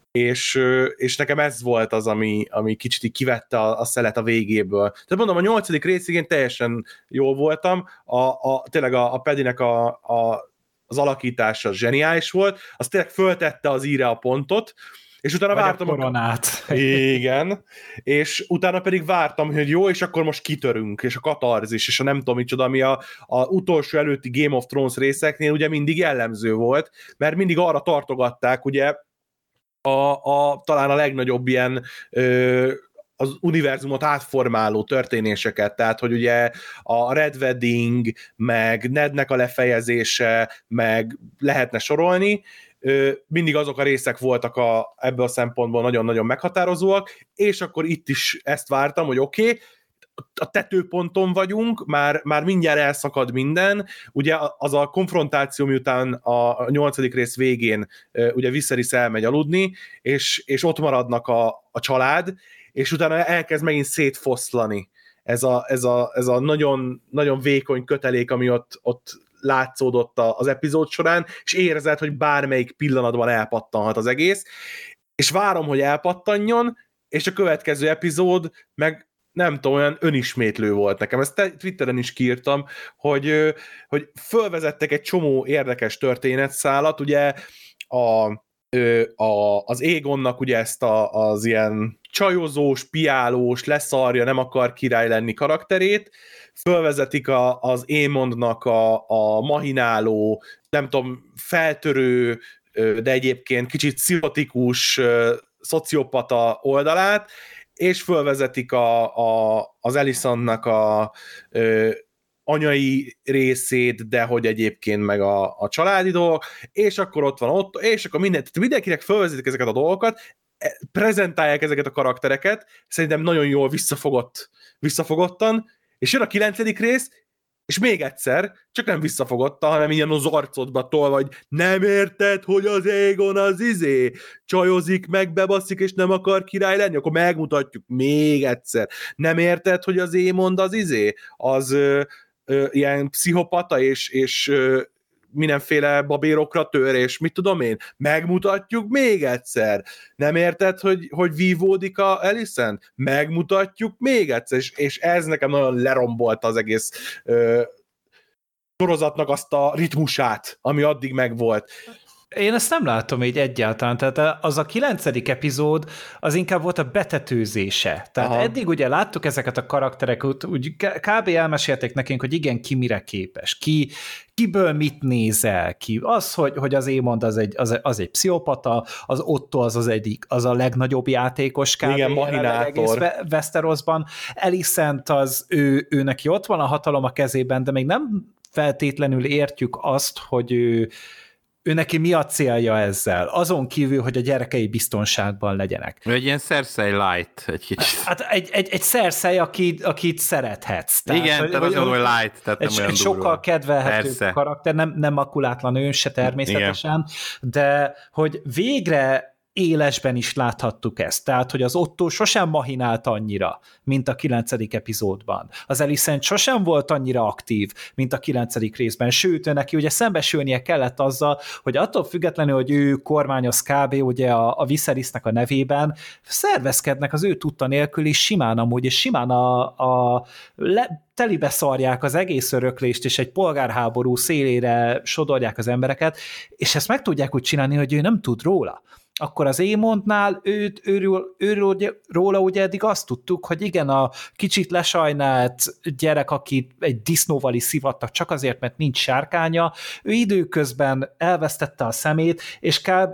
Speaker 2: és nekem ez volt az, ami kicsit így kivette a szelet a végéből. Tehát mondom, a 8. részig én teljesen jól voltam, tényleg a Paddynek az alakítása zseniális volt, az tényleg föltette az íre a pontot, és utána vártam
Speaker 1: a koronát.
Speaker 2: Igen, és utána pedig vártam, hogy jó, és akkor most kitörünk, és a katarzis, és a nem tudom micsoda, ami a utolsó előtti Game of Thrones részeknél ugye mindig jellemző volt, mert mindig arra tartogatták, ugye talán a legnagyobb ilyen az univerzumot átformáló történéseket, tehát, hogy ugye a Red Wedding, meg Nednek a lefejezése, meg lehetne sorolni, mindig azok a részek voltak ebből a szempontból nagyon-nagyon meghatározóak, és akkor itt is ezt vártam, hogy oké, a tetőponton vagyunk, már mindjárt elszakad minden, ugye az a konfrontáció, miután a 8. rész végén ugye Viserys elmegy aludni, és ott maradnak a család, és utána elkezd megint szétfoszlani ez a nagyon, nagyon vékony kötelék, ami ott látszódott az epizód során, és érzed, hogy bármelyik pillanatban elpattanhat az egész, és várom, hogy elpattanjon, és a következő epizód meg nem tudom, olyan önismétlő volt nekem. Ezt Twitteren is kiírtam, hogy fölvezettek egy csomó érdekes történetszálat, ugye az Aegonnak ugye ezt az ilyen csajozós, piálós, leszarja, nem akar király lenni karakterét, fölvezetik az Aemondnak a mahináló, nem tudom, feltörő, de egyébként kicsit pszichotikus, szociopata oldalát, és fölvezetik az Alicentnak a anyai részét, de hogy egyébként meg a családi dolgok, és akkor ott van ott, és akkor mindenkinek fölvezetik ezeket a dolgokat, prezentálják ezeket a karaktereket, szerintem nagyon jól visszafogottan, és jön a 9. rész, és még egyszer, csak nem visszafogottan, hanem ilyen az arcodba tolva, hogy nem érted, hogy az Aegon az csajozik, meg bebaszik, és nem akar király lenni, akkor megmutatjuk még egyszer. Nem érted, hogy az Aemond az ilyen pszichopata, és mindenféle babérokra tör, és mit tudom én, megmutatjuk még egyszer. Nem érted, hogy vívódik a Alicent? Megmutatjuk még egyszer, és ez nekem nagyon lerombolta az egész sorozatnak azt a ritmusát, ami addig megvolt.
Speaker 1: Én ezt nem látom így egyáltalán, tehát az a 9. epizód az inkább volt a betetőzése. Tehát eddig ugye láttuk ezeket a karaktereket, úgy kb. Elmesélték nekünk, hogy igen, ki mire képes, kiből mit nézel ki. Az, hogy az Aemond az egy pszichopata, az Otto az a legnagyobb játékos kb.
Speaker 2: Igen, mahinátor.
Speaker 1: Egész Westerosban. Alicent ő neki ott van a hatalom a kezében, de még nem feltétlenül értjük azt, hogy ő neki mi a célja ezzel? Azon kívül, hogy a gyerekei biztonságban legyenek.
Speaker 3: Egy ilyen Cersei light egy kicsit.
Speaker 1: Hát egy Cersei, akit szerethetsz.
Speaker 3: Tehát, igen, tehát azon, hogy light, tehát nem olyan
Speaker 1: sokkal
Speaker 3: durva.
Speaker 1: Kedvelhető karakter, nem makulátlan ön se természetesen, igen. De hogy végre élesben is láthattuk ezt. Tehát, hogy az Otto sosem mahinált annyira, mint a 9. epizódban. Az Alicent sosem volt annyira aktív, mint a 9. részben. Sőt, neki ugye szembesülnie kellett azzal, hogy attól függetlenül, hogy ő kormányoz kb. Ugye a Viserysnek a nevében, szervezkednek az ő tudta nélkül is simán amúgy, és simán telibe szarják az egész öröklést, és egy polgárháború szélére sodorják az embereket, és ezt meg tudják úgy csinálni, hogy ő nem tud róla. Akkor az Aemondnál róla ugye eddig azt tudtuk, hogy igen, a kicsit lesajnált gyerek, akit egy disznóval is szivattak csak azért, mert nincs sárkánya, ő időközben elvesztette a szemét, és kb.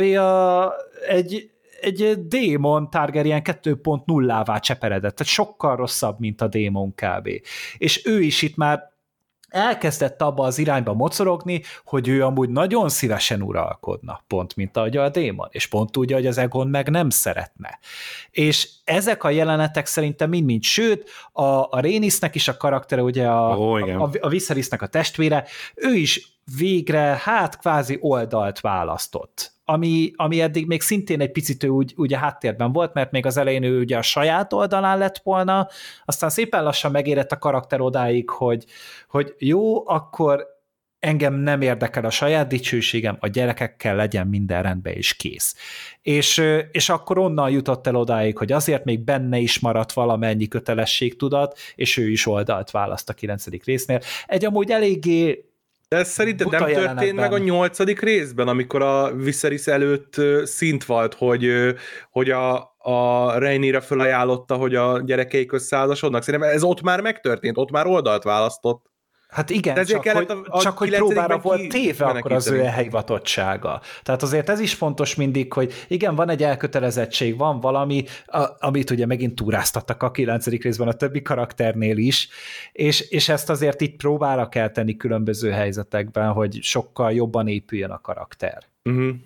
Speaker 1: Egy démon Targaryen 2.0-vá cseperedett, tehát sokkal rosszabb, mint a démon kb. És ő is itt már elkezdett abba az irányba mocorogni, hogy ő amúgy nagyon szívesen uralkodna, pont mint ahogy a démon, és pont úgy, hogy az Aegon meg nem szeretne. És ezek a jelenetek szerintem mind-mind, sőt, a Rhaenysnek is a karaktere, ugye a Viserysnek a testvére, ő is végre, kvázi oldalt választott. Ami eddig még szintén egy picit úgy a háttérben volt, mert még az elején ő ugye a saját oldalán lett volna, aztán szépen lassan megérett a karakter odáig, hogy jó, akkor engem nem érdekel a saját dicsőségem, a gyerekekkel legyen minden rendben és kész. És akkor onnan jutott el odáig, hogy azért még benne is maradt valamennyi kötelességtudat, és ő is oldalt választ a 9. résznél. Egy amúgy eléggé
Speaker 2: de ez szerinted nem történt meg a 8. részben, amikor a Viserys előtt szint volt, hogy a Rhaenyra felajánlotta, hogy a gyerekeik összeházasodnak? Szerintem ez ott már megtörtént, ott már oldalt választott.
Speaker 1: Hát igen, csak hogy próbára volt téve akkor az ő elhivatottsága. Tehát azért ez is fontos mindig, hogy igen, van egy elkötelezettség, van valami, amit ugye megint túráztattak a 9. részben a többi karakternél is, és ezt azért itt próbára kell tenni különböző helyzetekben, hogy sokkal jobban épüljön a karakter.
Speaker 2: Uh-huh.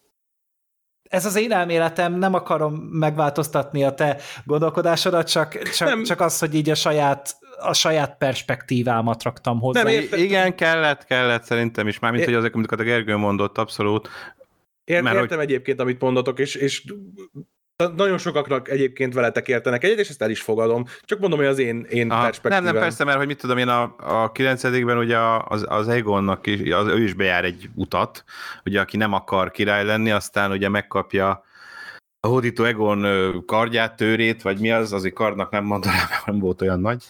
Speaker 1: Ez az én elméletem, nem akarom megváltoztatni a te gondolkodásodat, csak az, hogy így a saját perspektívámat raktam hozzá.
Speaker 3: Nem, igen, kellett szerintem is, mármint, hogy azok, amiket a Gergő mondott, abszolút.
Speaker 2: Értem egyébként, amit mondatok, és nagyon sokaknak egyébként veletek értenek egyet, és ezt el is fogadom. Csak mondom, hogy az én perspektívám.
Speaker 3: Nem, persze, mert hogy mit tudom én, a 9-ben ugye az Aegonnak is, ő is bejár egy utat, ugye aki nem akar király lenni, aztán ugye megkapja a hódító Aegon kardját, tőrét, vagy mi az, azért kardnak nem mondanám, nem volt olyan nagy.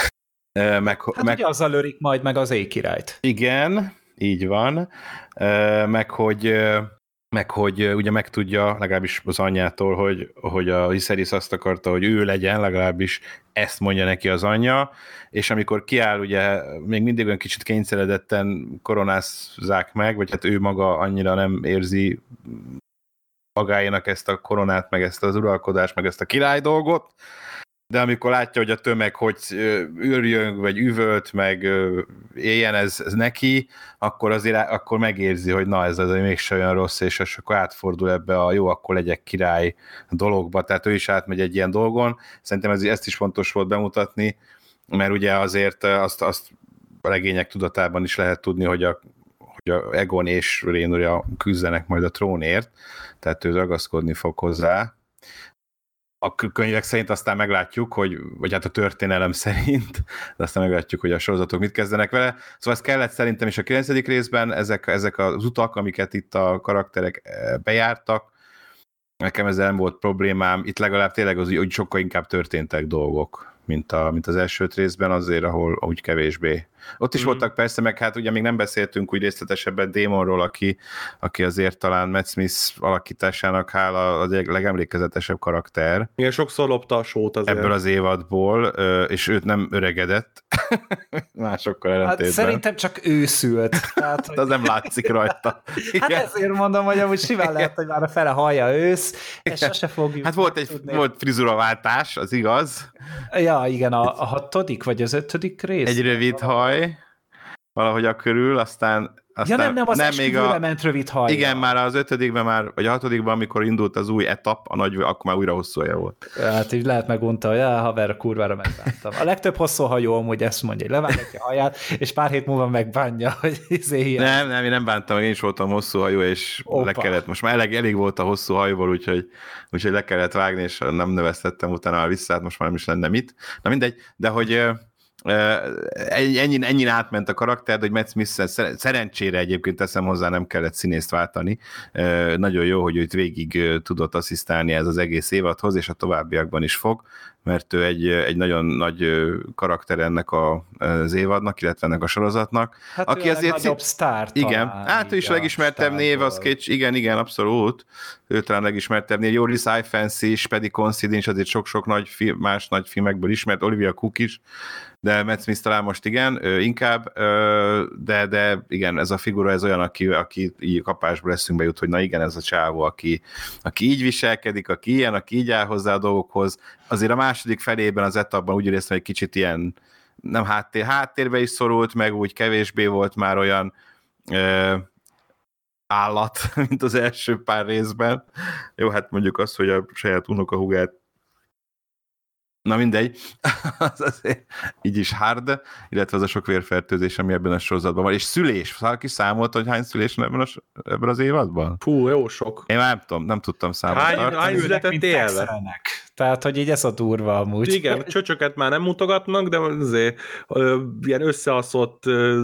Speaker 1: Ugye azzal örik majd meg az éjkirályt.
Speaker 3: Igen, így van. Meg hogy meg hogy ugye megtudja, legalábbis az anyjától, hogy a Viserys azt akarta, hogy ő legyen, legalábbis ezt mondja neki az anyja, és amikor kiáll, ugye még mindig olyan kicsit kényszeredetten koronázzák meg, vagy hát ő maga annyira nem érzi magáénak ezt a koronát, meg ezt az uralkodást, meg ezt a király dolgot, de amikor látja, hogy a tömeg hogy űrjön, vagy üvölt, meg éljen ez neki, akkor azért akkor megérzi, hogy na ez azért mégse olyan rossz, és akkor átfordul ebbe a jó, akkor legyek király dologba, tehát ő is átmegy egy ilyen dolgon. Szerintem ezt is fontos volt bemutatni, mert ugye azért azt a regények tudatában is lehet tudni, hogy a Egon és Rhaenyra küzdenek majd a trónért, tehát ő ragaszkodni fog hozzá. A könyvek szerint aztán meglátjuk, vagy hát a történelem szerint, de aztán meglátjuk, hogy a sorozatok mit kezdenek vele. Szóval ez kellett szerintem is a 9. részben, ezek az utak, amiket itt a karakterek bejártak, nekem ezzel nem volt problémám, itt legalább tényleg az, hogy sokkal inkább történtek dolgok, mint az első részben, azért, ahol úgy kevésbé. Ott is voltak persze, meg hát ugye még nem beszéltünk úgy részletesebben Daemonról, aki azért talán Matt Smith alakításának hála a legemlékezetesebb karakter.
Speaker 2: Igen, sokszor lopta a sót azért.
Speaker 3: Ebből az évadból, és őt nem öregedett. Másokkal ellentétben.
Speaker 1: Hát szerintem csak ő szült. Tehát,
Speaker 3: hogy... az nem látszik rajta.
Speaker 1: Hát ezért mondom, hogy amúgy simán lehet, hogy már a fele hallja ősz, és sose fogjuk.
Speaker 3: Hát volt frizuraváltás, az igaz.
Speaker 1: Ja, igen, a 6. vagy az 5. rész.
Speaker 3: Egy rövid haj, valahogy a körül, aztán
Speaker 1: ja nem esküvőre ment rövid haj.
Speaker 3: Igen, már az 5-ben már, vagy a 6-ban, amikor indult az új etap, akkor már újra hosszú haja volt.
Speaker 1: Hát így lehet megunta, hogy haver, kurvára megbántam. A legtöbb hosszú hajó amúgy ezt mondja, hogy levágatja a haját, és pár hét múlva megbánja, hogy ilyen.
Speaker 3: Nem, én nem bántam, én is voltam hosszú hajú, és le kellett, most már elég volt a hosszú hajból, úgyhogy le kellett vágni, és nem növesztettem utána már vissza, hát most már nem is lenne mit. Na mindegy, de hogy ennyi átment a karakter, de hogy Matt Smith szerencsére egyébként teszem hozzá, nem kellett színészt váltani. Nagyon jó, hogy őt végig tudott asszisztálni ez az egész évadhoz, és a továbbiakban is fog, mert ő egy nagyon nagy karakter ennek az évadnak, illetve ennek a sorozatnak.
Speaker 1: Hát aki azért nagyobb sztár talán.
Speaker 3: Igen, hát ő is legismertebb név, az igen, abszolút. Ő talán legismertebb név. Joris Ifence is, Paddy Considine is azért sok-sok más nagy filmekből ismert, Olivia Cook is, de Matt Smith talán most igen, inkább, de igen, ez a figura, ez olyan, aki így kapásból eszünkbe jut, hogy na igen, ez a csávó, aki így viselkedik, aki ilyen, aki így áll hozzá a dolgokhoz. Azért a második felében az etapban úgy éreztem, hogy kicsit ilyen, nem háttérbe is szorult, meg úgy kevésbé volt már olyan állat, mint az első pár részben. Jó, hát mondjuk azt, hogy a saját unokahúgát na mindegy, az azért így is hard, illetve az a sok vérfertőzés, ami ebben a sorozatban van. És szülés, valaki számolta, hogy hány szülés van ebben az évadban?
Speaker 2: Fú, jó sok.
Speaker 3: Én már nem tudtam számolni.
Speaker 2: Hány született élve?
Speaker 1: Tehát, hogy így ez a durva amúgy.
Speaker 2: Igen, csöcsöket már nem mutogatnak, de azért ilyen összeaszott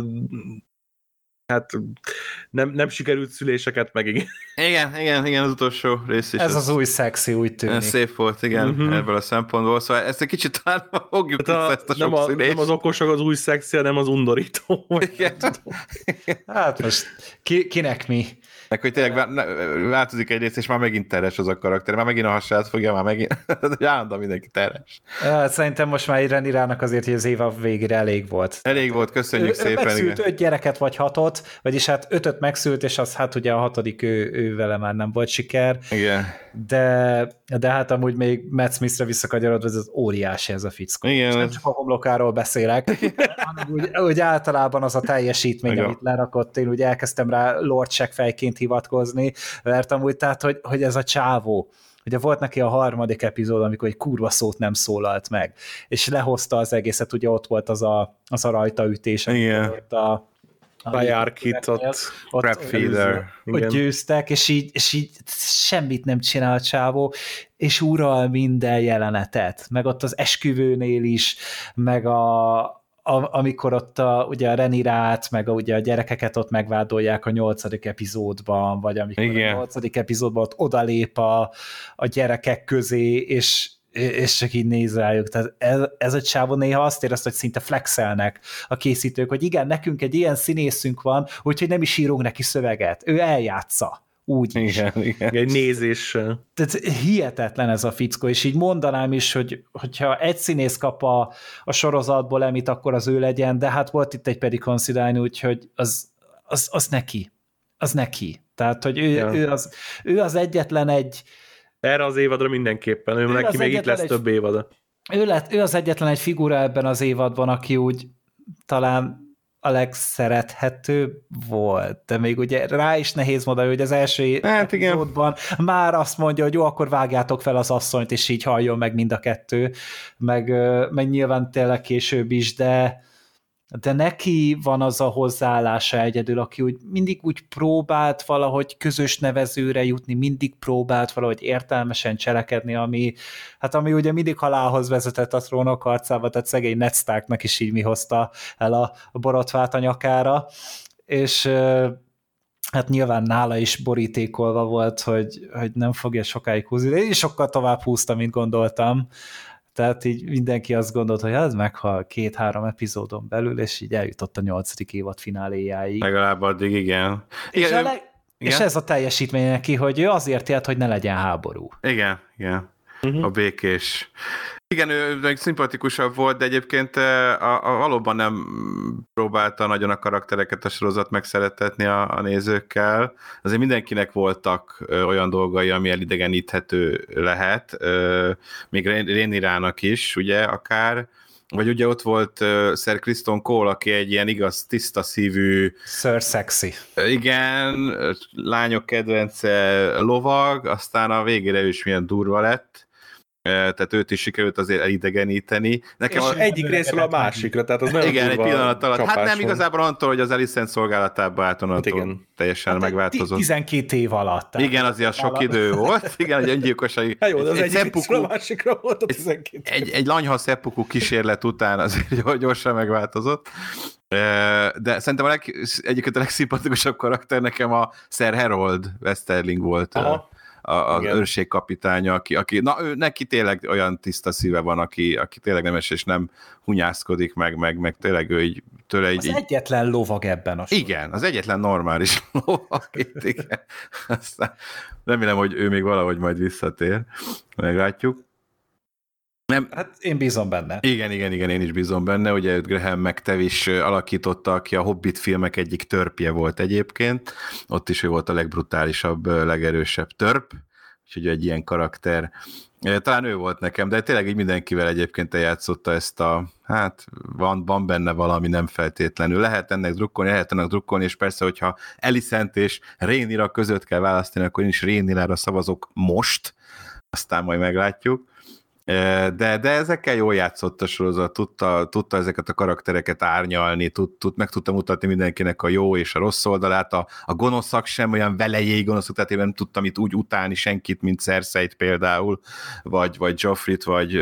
Speaker 2: hát nem sikerült szüléseket meg, igen.
Speaker 3: Igen, az utolsó rész is.
Speaker 1: Ez az új szexi, úgy tűnik.
Speaker 3: Ez szép volt, igen, ebből a szempontból. Szóval ezt egy kicsit talán fogjuk
Speaker 2: hát
Speaker 3: ezt a sok szülést.
Speaker 2: Nem az okosak az új szexi, hanem az undorító.
Speaker 3: Hát
Speaker 1: most kinek mi?
Speaker 3: Meg, hogy tényleg változik egy rész, és már megint teres az a karakter, már megint a hasát fogja, már megint állandóan mindenki teres.
Speaker 1: Szerintem most már Rhaenyrának azért, hogy az év végére elég volt.
Speaker 3: Elég volt, köszönjük szépen.
Speaker 1: Megszült 5 gyereket vagy 6, vagyis hát 5-öt megszült, és az hát ugye a 6. ő vele már nem volt siker.
Speaker 3: Igen.
Speaker 1: De hát amúgy még Matt Smithre visszakanyarodva, ez az óriási ez a fickó.
Speaker 3: Igen.
Speaker 1: Nem csak a homlokáról beszélek, hanem úgy általában az a teljesítmény, amit lerakott, én úgy elkezdtem rá Lord Shackfejként hivatkozni, mert amúgy tehát, hogy ez a csávó, ugye volt neki a 3. epizód, amikor egy kurva szót nem szólalt meg, és lehozta az egészet, ugye ott volt az a rajtaütés,
Speaker 2: ott a Bajárkit, ott
Speaker 3: Crab Feeder.
Speaker 1: Ott győztek, és így semmit nem csinál a csávó, és ural minden jelenetet, meg ott az esküvőnél is, meg amikor ott ugye a Rhaenyrát, meg ugye a gyerekeket ott megvádolják a 8. epizódban, vagy amikor a 8. epizódban ott odalép a gyerekek közé, és csak így néz rájuk. Tehát ez a csávó néha azt érezte, hogy szinte flexelnek a készítők, hogy igen, nekünk egy ilyen színészünk van, úgyhogy nem is írunk neki szöveget. Ő eljátsza. Úgy is.
Speaker 3: Igen.
Speaker 2: Egy nézéssel.
Speaker 1: Tehát hihetetlen ez a fickó, és így mondanám is, hogyha egy színész kap a sorozatból Emmyt, akkor az ő legyen, de hát volt itt egy Paddy Considine, úgyhogy az neki. Az neki. Tehát, hogy ő az egyetlen egy...
Speaker 2: Erre az évadra mindenképpen, ő neki még itt lesz több évada.
Speaker 1: Ő az egyetlen egy figura ebben az évadban, aki úgy talán a legszerethetőbb volt, de még ugye rá is nehéz mondani, hogy az első epizódban már azt mondja, hogy jó, akkor vágjátok fel az asszonyt, és így halljon meg mind a kettő, meg nyilván tényleg később is, de neki van az a hozzáállása egyedül, aki mindig úgy próbált valahogy közös nevezőre jutni, mindig próbált valahogy értelmesen cselekedni, ami ugye mindig halálhoz vezetett a Trónok harcába, tehát szegény Ned Starknak is így mi hozta el a borotvát a nyakára, és hát nyilván nála is borítékolva volt, hogy nem fogja sokáig húzni, de én is sokkal tovább húztam, mint gondoltam. Tehát így mindenki azt gondolt, hogy ez meghal 2-3 epizódon belül, és így eljutott a 8. évad fináléjáig.
Speaker 3: Legalább addig, igen.
Speaker 1: És ez a teljesítmény neki, hogy ő azért élt, hogy ne legyen háború.
Speaker 3: Igen. A békés. Igen, ő még szimpatikusabb volt, de egyébként valóban nem próbálta nagyon a karaktereket a sorozat megszerettetni a nézőkkel. Azért mindenkinek voltak olyan dolgai, ami elidegeníthető lehet, még Rhaenyrának is, ugye, akár. Vagy ugye ott volt Sir Criston Cole, aki egy ilyen igaz, tiszta szívű...
Speaker 1: Sir Sexy.
Speaker 3: Igen, lányok kedvence lovag, aztán a végére ő is milyen durva lett. Tehát őt is sikerült azért elidegeníteni.
Speaker 2: Nekem egyik részről a másikra, tehát az nagyon
Speaker 3: igen, egy pillanat alatt. Hát nem
Speaker 2: van.
Speaker 3: Igazából attól, hogy az Alicent szolgálatába állt, onnantól teljesen megváltozott.
Speaker 1: 12 év alatt.
Speaker 3: Igen, azért sok idő volt. Igen, egy öngyilkosai...
Speaker 2: Hát jó, az egyik részről a másikra volt a 12
Speaker 3: egy lanyha szeppuku kísérlet után azért gyorsan megváltozott. De szerintem egyébként a legszimpatikusabb karakter nekem a Sir Harold Westerling volt.
Speaker 2: Aha.
Speaker 3: Az őrségkapitánya, aki ő neki tényleg olyan tiszta szíve van, aki tényleg nemes és nem hunyászkodik meg tényleg ő így tőle
Speaker 1: az egyetlen lovag ebben a sorban.
Speaker 3: Igen, az egyetlen normális lovag itt, igen. Aztán remélem, hogy ő még valahogy majd visszatér. Meglátjuk.
Speaker 1: Nem. Hát én bízom benne.
Speaker 3: Igen, én is bízom benne, ugye Graham McTavish alakította, aki a Hobbit filmek egyik törpje volt egyébként, ott is ő volt a legbrutálisabb, legerősebb törp, úgyhogy egy ilyen karakter. Talán ő volt nekem, de tényleg így mindenkivel egyébként eljátszotta ezt hát van benne valami, nem feltétlenül. Lehet ennek drukkolni, és persze, hogyha Alicent és Rhaenyra között kell választani, akkor én is Rhaenyrára szavazok most, aztán majd meglátjuk. De ezekkel jól játszott a sorozat, tudta ezeket a karaktereket árnyalni, meg tudta mutatni mindenkinek a jó és a rossz oldalát, a gonoszak sem olyan velejéig gonoszak, tehát én nem tudtam itt úgy utálni senkit, mint Cersei-t például, vagy Joffrey-t, vagy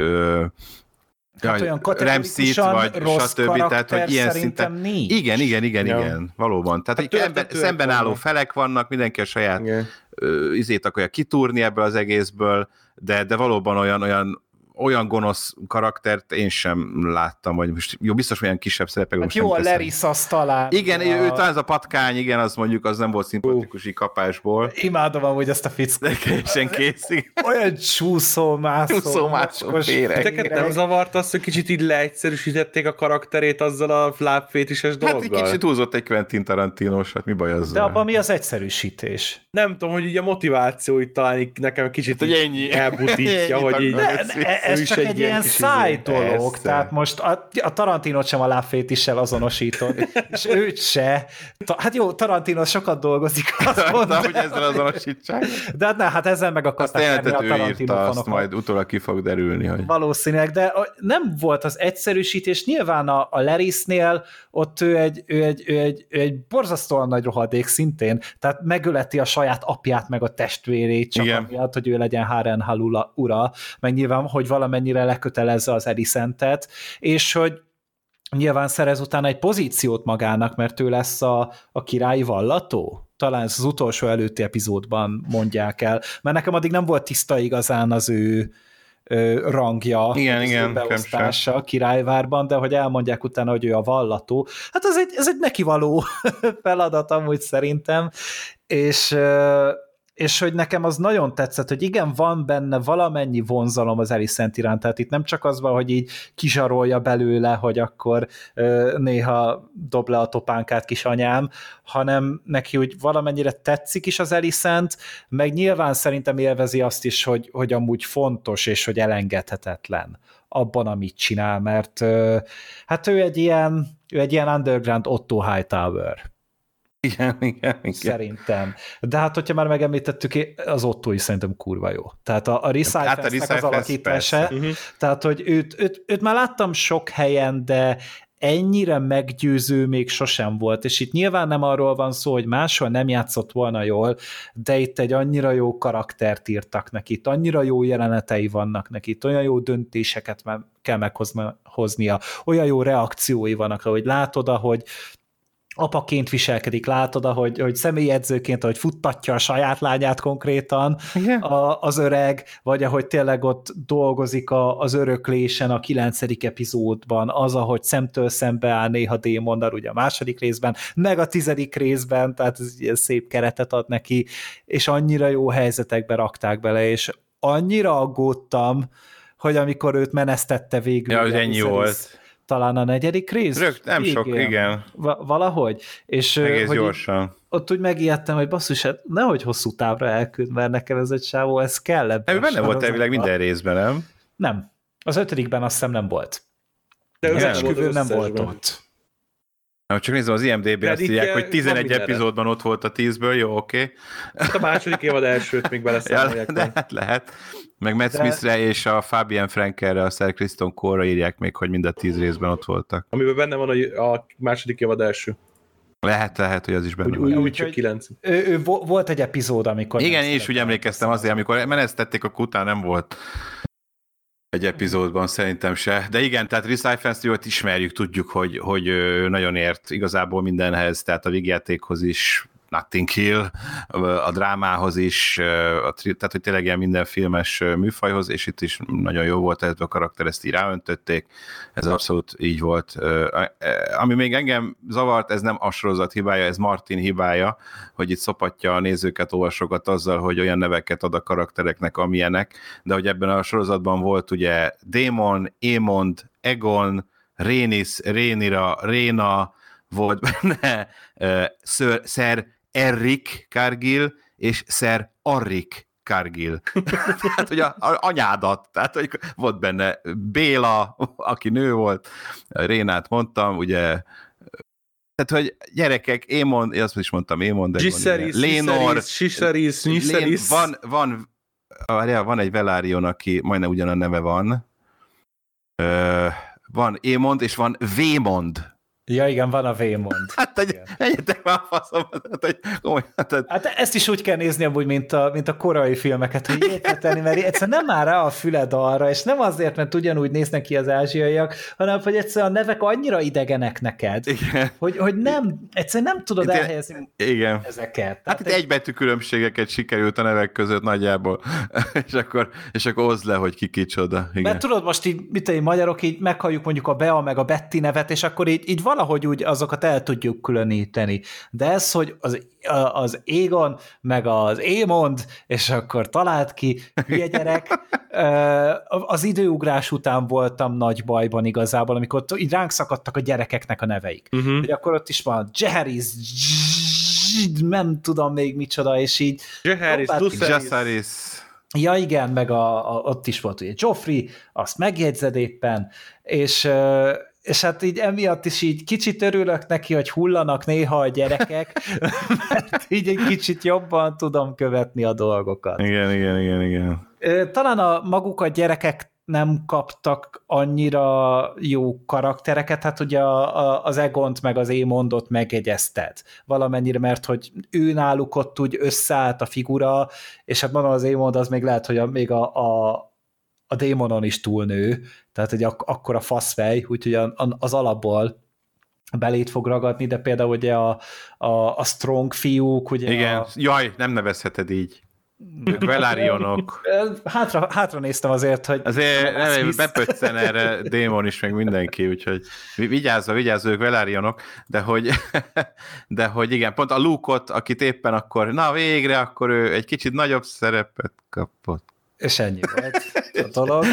Speaker 1: hát olyan
Speaker 3: Ramsay-t, vagy stb. Tehát, hogy ilyen szinten...
Speaker 1: nincs.
Speaker 3: Igen, valóban. Tehát hát szemben álló felek vannak, mindenki a saját izét akarja kitúrni ebből az egészből, de valóban olyan gonosz karaktert én sem láttam, vagy most jó, biztos olyan kisebb szerepek.
Speaker 1: Hát jó, a Larys az talán.
Speaker 3: Igen, ő talán ez a patkány, igen, az mondjuk az nem volt szimpatikus kapásból.
Speaker 1: Imádom amúgy ezt a fickót.
Speaker 3: Teljesen készig.
Speaker 1: Olyan csúszómászó
Speaker 2: Teket nem zavart az, hogy kicsit így leegyszerűsítették a karakterét azzal a lábfétises dolggal?
Speaker 3: Hát egy kicsit túlzott egy Quentin Tarantinos, hát mi baj azzal?
Speaker 1: De abban mi az egyszerűsítés?
Speaker 2: Nem tudom, hogy így a motiváció itt talán nekem kicsit elbutítja, hogy így...
Speaker 1: Ez csak egy ilyen száj dolog, tehát most a Tarantinot sem a lábfétissel azonosított, és őt se. Hát jó, Tarantino sokat dolgozik, azt mondta,
Speaker 3: hogy ezzel azonosítsák.
Speaker 1: De hát ezzel meg akarták tenni a Tarantino fanokon.
Speaker 3: Azt majd utólag ki fog derülni. Hogy...
Speaker 1: Valószínűleg, de nem volt az egyszerűsítés. Nyilván a Larysnél ott ő egy borzasztóan nagy rohadék szintén, tehát megöleti a saját apját meg a testvérét, csak amiatt, hogy ő legyen Harrenhal ura, meg nyilván, hogy valamennyire lekötelezze az Alicent-et, és hogy nyilván szerez utána egy pozíciót magának, mert ő lesz a királyi vallató. Talán ez az utolsó előtti epizódban mondják el, mert nekem addig nem volt tiszta igazán az ő rangja,
Speaker 3: igen,
Speaker 1: beosztása a királyvárban, de hogy elmondják utána, hogy ő a vallató, hát ez egy neki való feladat amúgy szerintem, és és hogy nekem az nagyon tetszett, hogy igen, van benne valamennyi vonzalom az Alicent iránt, tehát itt nem csak az van, hogy így kizsarolja belőle, hogy akkor néha dob le a topánkát kisanyám, hanem neki úgy valamennyire tetszik is az Alicent, meg nyilván szerintem élvezi azt is, hogy amúgy fontos, és hogy elengedhetetlen abban, amit csinál, mert hát ő egy ilyen underground Otto Hightower.
Speaker 3: Igen.
Speaker 1: Szerintem. De hát, hogyha már megemlítettük, az Otto is szerintem kurva jó. Tehát a Recyfelsnek az alakítása, tehát, hogy őt már láttam sok helyen, de ennyire meggyőző még sosem volt, és itt nyilván nem arról van szó, hogy máshol nem játszott volna jól, de itt egy annyira jó karaktert írtak neki, itt annyira jó jelenetei vannak neki, itt olyan jó döntéseket kell meghoznia, olyan jó reakciói vannak, ahogy látod, ahogy apaként viselkedik, látod, hogy személyedzőként, ahogy futtatja a saját lányát konkrétan az öreg, vagy ahogy tényleg ott dolgozik az öröklésen a 9. epizódban, az, ahogy szemtől szembe áll néha Daemonnal, ugye a második részben, meg a 10. részben, tehát ez ilyen szép keretet ad neki, és annyira jó helyzetekbe rakták bele, és annyira aggódtam, hogy amikor őt menesztette végül.
Speaker 3: Ja, hogy ennyi volt.
Speaker 1: Talán a 4. rész?
Speaker 3: Nem sok, igen.
Speaker 1: Valahogy. És
Speaker 3: egész
Speaker 1: hogy
Speaker 3: gyorsan.
Speaker 1: Ott úgy megijedtem, hogy basszus, hát nehogy hosszú távra elküld, mert nekem ez egy sávó, ez kell ebben.
Speaker 3: Benne volt elvileg minden részben, nem?
Speaker 1: Nem. Az 5. azt hiszem nem volt.
Speaker 2: De
Speaker 1: az esküvő nem volt ott.
Speaker 3: Csak nézem, az IMDb azt írják, hogy 11 epizódban ott volt a 10-ből, jó, oké.
Speaker 2: Hát a második évad elsőt még beleszámolják.
Speaker 3: Lehet. Meg Matt Smithre és a Fabian Frankelre, a Sir Kristen Cole-ra írják még, hogy mind a 10 részben ott voltak.
Speaker 2: Amiben benne van a második évad első.
Speaker 3: Lehet, hogy az is benne van.
Speaker 2: Úgy csak 9.
Speaker 1: Ő volt egy epizód, amikor...
Speaker 3: Igen, én is úgy emlékeztem azért, amikor menesztették, akkor utána nem volt egy epizódban szerintem se. De igen, tehát Recyfelszt ismerjük, tudjuk, hogy ő nagyon ért igazából mindenhez, tehát a vígjátékhoz is, Notting Hill, a drámához is, tehát hogy tényleg ilyen minden filmes műfajhoz, és itt is nagyon jó volt, ez a karakter, ezt így ráöntötték, ez abszolút így volt. Ami még engem zavart, ez nem a sorozat hibája, ez Martin hibája, hogy itt szopatja a nézőket, olvasokat azzal, hogy olyan neveket ad a karaktereknek, amilyenek, de hogy ebben a sorozatban volt ugye Daemon, Aemond, Aegon, Rhaenys, Rhaenyra, Rhaena, volt benne Sir Errik Cargill és Sir Arrik Cargill. Tehát, hogy a anyádat, tehát, hogy volt benne Béla, aki nő volt, Rénát mondtam, ugye, tehát, hogy gyerekek, Aemon, azt is mondtam, Aemon, de
Speaker 2: Lénor, Sisaris, Nisaris.
Speaker 3: Van egy Velaryon, aki majdnem ugyan a neve van. Van Aemond, és van Vémond.
Speaker 1: Ja, igen, van a Vémond.
Speaker 3: Hát, menjetek már a faszom.
Speaker 1: Hát ezt is úgy kell nézni amúgy, mint a korai filmeket, hogy értetni, mert egyszerűen nem áll rá a füled arra, és nem azért, mert ugyanúgy néznek ki az ázsiaiak, hanem hogy egyszerűen a nevek annyira idegenek neked, hogy nem, egyszerűen nem tudod elhelyezni ezeket.
Speaker 3: Hát itt egybetű különbségeket sikerült a nevek között nagyjából, és akkor hozd le, hogy ki kicsoda. Igen. Mert
Speaker 1: tudod, most így, magyarok így meghalljuk mondjuk a Bea meg a Betty nevet, és akkor így valahogy úgy azokat el tudjuk különíteni. De ez, hogy az Aegon, meg az Aemond, és akkor talált ki, hülye gyerek. Az időugrás után voltam nagy bajban igazából, amikor így ránk szakadtak a gyerekeknek a neveik. Hogy akkor ott is van Jaehaerys, nem tudom még micsoda, és így...
Speaker 3: Jaehaerys.
Speaker 1: Ja igen, meg ott is volt ugye Joffrey, azt megjegyzed éppen, és hát így emiatt is így kicsit örülök neki, hogy hullanak néha a gyerekek, mert így egy kicsit jobban tudom követni a dolgokat.
Speaker 3: Igen.
Speaker 1: Talán maguk a gyerekek nem kaptak annyira jó karaktereket, hát ugye az Aegont meg az Aemondot megjegyezted valamennyire, mert hogy ő náluk ott úgy összeállt a figura, és hát mondom, az Aemond az még lehet, hogy még a Daemonon is túlnő, tehát hogy akkora faszfej, úgyhogy az alapból belét fog ragadni, de például ugye a strong fiúk, ugye
Speaker 3: igen, jaj, nem nevezheted így. Ők Velarionok.
Speaker 1: Hátra néztem azért, hogy...
Speaker 3: Azért bepöccen erre Démon is, meg mindenki, úgyhogy vigyázza, ők Velarionok, de hogy igen, pont a Luke-ot, akit éppen akkor, na végre, akkor ő egy kicsit nagyobb szerepet kapott.
Speaker 1: És ennyi volt a dolog.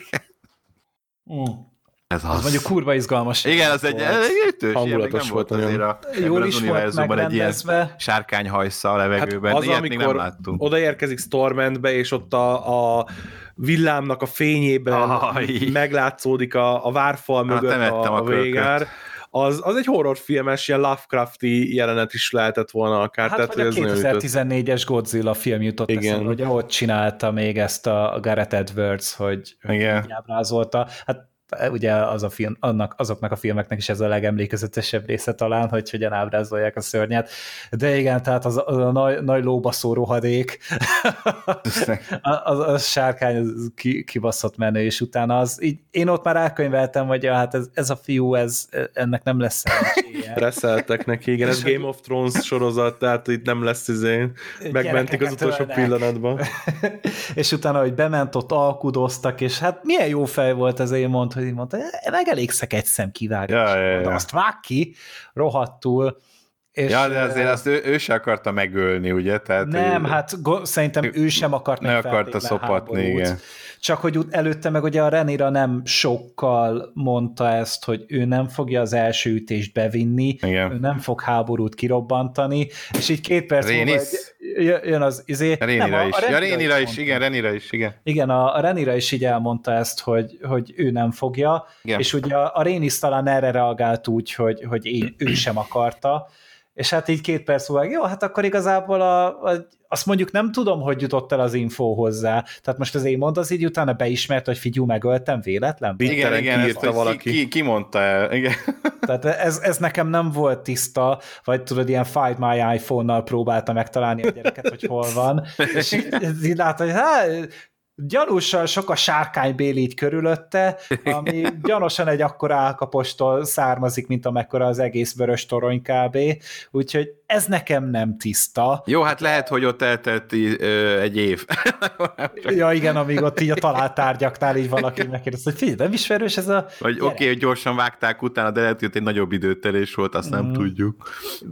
Speaker 3: Ez az.
Speaker 1: Mondjuk kurva izgalmas.
Speaker 3: Igen, az egy ütős,
Speaker 2: hangulatos volt
Speaker 3: azért
Speaker 1: jól is volt megrendezve.
Speaker 3: Egy ilyen sárkányhajsza a levegőben.
Speaker 2: Hát az,
Speaker 3: ilyet még nem
Speaker 2: amikor odaérkezik Stormantbe, és ott a villámnak a fényében meglátszódik a várfal mögött a végár. Az egy horrorfilmes, ilyen Lovecrafti jelenet is lehetett volna akár.
Speaker 1: Hát
Speaker 2: tehát,
Speaker 1: vagy a 2014-es Godzilla film jutott eszembe, hogy ott csinálta még ezt a Gareth Edwards, hogy ábrázolta. Hát ugye az a film, azoknak a filmeknek is ez a legemlékezetesebb része talán, hogy hogyan ábrázolják a szörnyet. De igen, tehát az a nagy lóbaszó rohadék, az sárkány az kibaszott menő, és utána én ott már elkönyveltem, hogy hát ez a fiú, ennek nem lesz szerencséje.
Speaker 2: Reszeltek neki, igen, ez Game of Thrones sorozat, tehát itt nem lesz megmentik az utolsó pillanatban.
Speaker 1: És utána, hogy bement, ott alkudoztak, és hát milyen jó fej volt ez, én mondta, hogy mondta, megelégszek egy szem kivágni, de azt vág ki, rohadtul. És
Speaker 3: de azért azt ő se akarta megölni, ugye? Tehát,
Speaker 1: nem, hát szerintem ő sem akart
Speaker 3: meg akarta szopatni, igen.
Speaker 1: Csak hogy előtte meg ugye a Rhaenyra nem sokkal mondta ezt, hogy ő nem fogja az első ütést bevinni, igen. Ő nem fog háborút kirobbantani, és így 2 perc múlva jön az
Speaker 3: Rhaenyra is, igen.
Speaker 1: Igen, a Rhaenyra is így elmondta ezt, hogy ő nem fogja, igen. És ugye a Rhaenys talán erre reagált úgy, hogy ő sem akarta, és hát így 2 perc múlva, jó, hát akkor igazából azt mondjuk nem tudom, hogy jutott el az info hozzá. Tehát most az Aemond az így utána beismert, hogy figyú, megöltem véletlen?
Speaker 3: Igen, ezt valaki. Ki mondta el, igen.
Speaker 1: Tehát ez nekem nem volt tiszta, vagy tudod, ilyen Find My iPhone-nal próbálta megtalálni a gyereket, hogy hol van, és így látta, hogy gyanúsan sok a sárkánybél így körülötte, ami gyanúsan egy akkora álkapostól származik, mint amekkora az egész vörös torony kb. Úgyhogy ez nekem nem tiszta.
Speaker 3: Jó, hát lehet, hogy ott eltelt egy év.
Speaker 1: Ja igen, amíg ott így a találtárgyaknál így valaki megkérdezte, hogy figyelj, nem ismerős ez a
Speaker 3: vagy oké, hogy gyorsan vágták utána, de lehet, hogy egy nagyobb időtelés volt, azt nem tudjuk.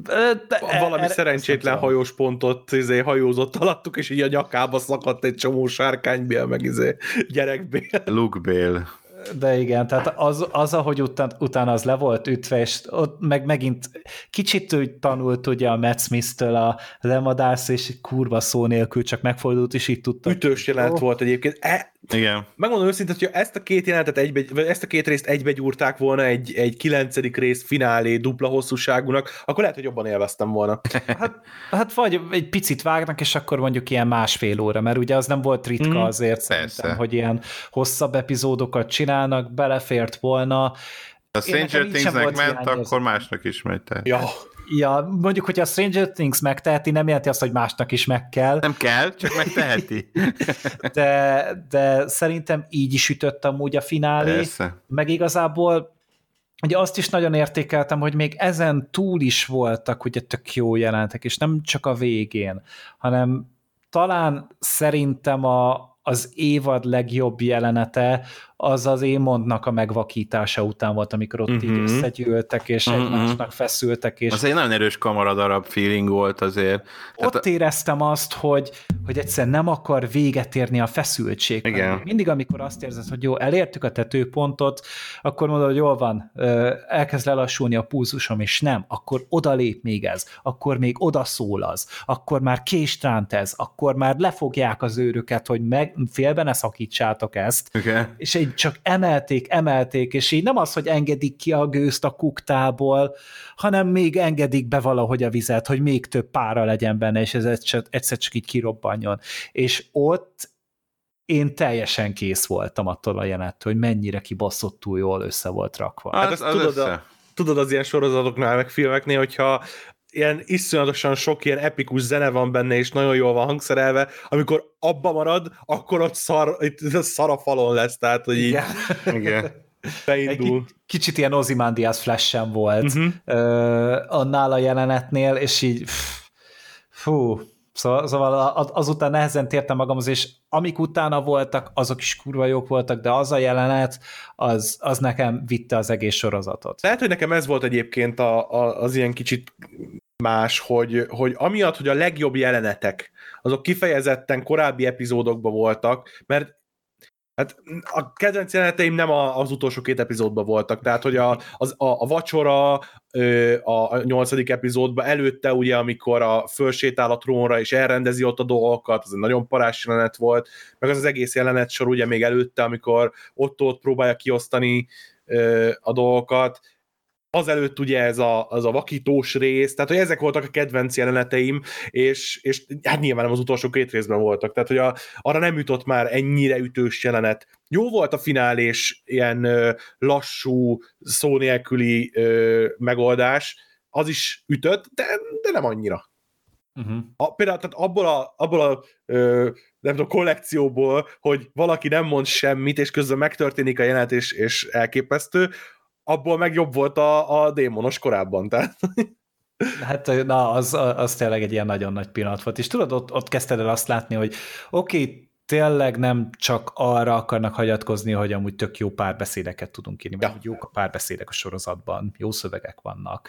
Speaker 2: Valami szerencsétlen hajós pontot hajózott alattuk, és így a nyakába szakadt egy csomó sárkánybél, meg gyerekbél.
Speaker 3: Luke Bél.
Speaker 1: De igen, tehát az ahogy utána az le volt ütve, és ott megint kicsit úgy tanult ugye a Matt Smith-től a lemadász, és kurva szó nélkül csak megfordult, és így tudta.
Speaker 2: Ütős jelent volt egyébként.
Speaker 3: Igen.
Speaker 2: Megmondom őszintén, hogy ezt a 2 jelenetet vagy ezt a 2 részt egybe gyúrták volna egy 9. rész finálé dupla hosszúságúnak, akkor lehet, hogy jobban élveztem volna.
Speaker 1: Hát vagy egy picit vágnak, és akkor mondjuk ilyen 1,5 óra, mert ugye az nem volt ritka azért szerintem, hogy ilyen hosszabb epizódokat csinálnak, belefért volna.
Speaker 3: A Stranger Things-nek ment, akkor másnak is megy.
Speaker 1: Ja, mondjuk, hogyha a Stranger Things megteheti, nem jelenti azt, hogy másnak is meg kell.
Speaker 3: Nem kell, csak megteheti.
Speaker 1: de szerintem így is ütött amúgy a finálé.
Speaker 3: Persze.
Speaker 1: Meg igazából ugye azt is nagyon értékeltem, hogy még ezen túl is voltak ugye tök jó jelentek, és nem csak a végén, hanem talán szerintem az évad legjobb jelenete az Aemondnak a megvakítása után volt, amikor ott így összegyűltek, és egymásnak feszültek. És
Speaker 3: az egy nagyon erős kamaradarab feeling volt azért.
Speaker 1: Ott éreztem azt, hogy egyszer nem akar véget érni a feszültség.
Speaker 3: Igen.
Speaker 1: Mindig, amikor azt érzed, hogy jó, elértük a tetőpontot, akkor mondod, hogy jól van, elkezd lelassulni a pulzusom, és nem, akkor odalép még ez, akkor még odaszól az, akkor már kést ránt ez, akkor már lefogják az őröket, hogy félbe ne szakítsátok ezt.
Speaker 3: Okay.
Speaker 1: És így csak emelték, és így nem az, hogy engedik ki a gőzt a kuktából, hanem még engedik be valahogy a vizet, hogy még több pára legyen benne, és ez egyszer csak így kirobbanjon. És ott én teljesen kész voltam attól a jelenettől, hogy mennyire kibaszottul jól össze volt rakva.
Speaker 2: Hát ezt tudod az ilyen sorozatoknál, meg filmeknél, hogyha ilyen iszonyatosan sok ilyen epikus zene van benne, és nagyon jól van hangszerelve, amikor abba marad, akkor ott szar a falon lesz, tehát, hogy így beindul.
Speaker 1: Kicsit ilyen Ozymandias Flash-en volt annál a jelenetnél, és így Szóval azután nehezen tértem magamhoz, és amik utána voltak, azok is kurva jók voltak, de az a jelenet, az nekem vitte az egész sorozatot.
Speaker 2: Lehet, hogy nekem ez volt egyébként az ilyen kicsit más, hogy amiatt, hogy a legjobb jelenetek, azok kifejezetten korábbi epizódokban voltak, mert hát a kedvenc jeleneteim nem az utolsó 2 epizódban voltak, tehát hogy a vacsora a 8. epizódban előtte, ugye, amikor fölsétál a trónra és elrendezi ott a dolgokat, az egy nagyon parás jelenet volt, meg az egész jelenet sor ugye még előtte, amikor ott próbálja kiosztani a dolgokat, azelőtt ugye ez az a vakítós rész, tehát hogy ezek voltak a kedvenc jeleneteim, és hát nyilván nem az utolsó 2 részben voltak, tehát hogy arra nem jutott már ennyire ütős jelenet. Jó volt a finálés, ilyen lassú, szó nélküli megoldás, az is ütött, de nem annyira. Például tehát abból a nem tudom, kollekcióból, hogy valaki nem mond semmit, és közben megtörténik a jelenet, és elképesztő, abból meg jobb volt a démonos korábban, tehát...
Speaker 1: Hát na, az tényleg egy ilyen nagyon nagy pillanat volt, és tudod, ott kezdted el azt látni, hogy oké, tényleg nem csak arra akarnak hagyatkozni, hogy amúgy tök jó párbeszédeket tudunk írni, mert jók a párbeszédek a sorozatban, jó szövegek vannak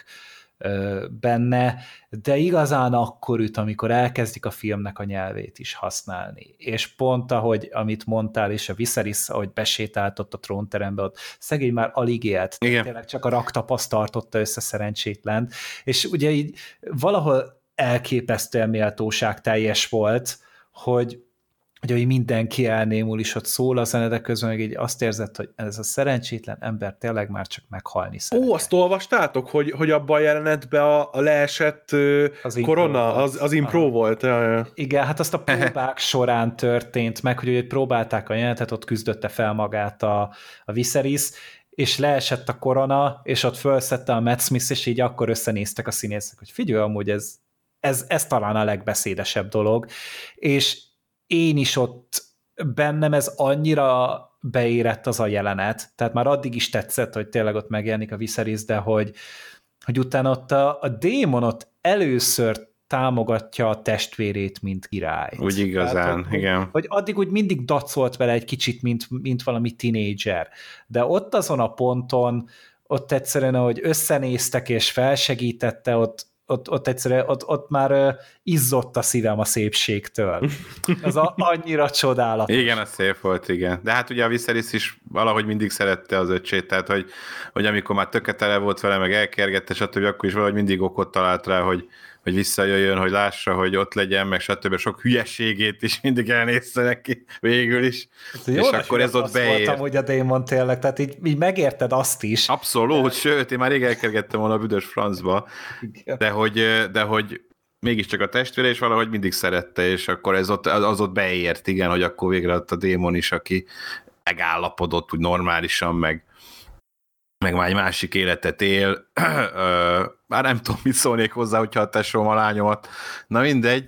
Speaker 1: benne, de igazán akkor üt, amikor elkezdik a filmnek a nyelvét is használni. És pont ahogy, amit mondtál, és a Viserys, ahogy besétált ott a trónterembe, ott szegény már alig élt, tényleg csak a raktapaszt tartotta össze szerencsétlen, és ugye így valahol elképesztően méltóság teljes volt, hogy mindenki elnémul, is ott szól a zene, de közben meg így azt érzed, hogy ez a szerencsétlen ember tényleg már csak meghalni szeretne.
Speaker 2: Azt olvastátok, hogy abban a jelenetben a leesett korona, az impro volt?
Speaker 1: Igen, hát azt a próbák során történt meg, hogy próbálták a jelenetet, ott küzdötte fel magát a Viserys, és leesett a korona, és ott fölszedte a Matt Smith, és így akkor összenéztek a színészek, hogy figyelj, amúgy ez talán a legbeszédesebb dolog, és én is ott bennem ez annyira beérett az a jelenet, tehát már addig is tetszett, hogy tényleg ott megjelenik a Viserys, de hogy utána ott a démon ott először támogatja a testvérét, mint királyt.
Speaker 3: Úgy igazán,
Speaker 1: tehát,
Speaker 3: igen.
Speaker 1: Hogy addig úgy mindig dacolt vele egy kicsit, mint valami tinédzser. De ott azon a ponton, ott egyszerűen, ahogy összenéztek és felsegítette, ott egyszerűen, ott már izzott a szívem a szépségtől. Az annyira csodálatos.
Speaker 3: Igen, az szép volt, igen. De hát ugye a Viserys is valahogy mindig szerette az öccsét, tehát hogy amikor már töketele volt vele, meg elkergette, stb., akkor is valahogy mindig okot talált rá, hogy visszajöjjön, hogy lássa, hogy ott legyen, meg stb. Sok hülyeségét is mindig elnézte neki végül is.
Speaker 1: És akkor ez ott beér. Voltam úgy a démon tényleg, tehát így megérted azt is.
Speaker 3: Abszolút, sőt, én már rég elkergettem volna a büdös francba, de hogy mégiscsak a testvére, és valahogy mindig szerette, és akkor az ott beért, igen, hogy akkor végre ott a démon is, aki megállapodott úgy normálisan, meg már egy másik életet él. Már nem tudom, mit szólnék hozzá, hogyha a tesóm a lányomat. Na mindegy.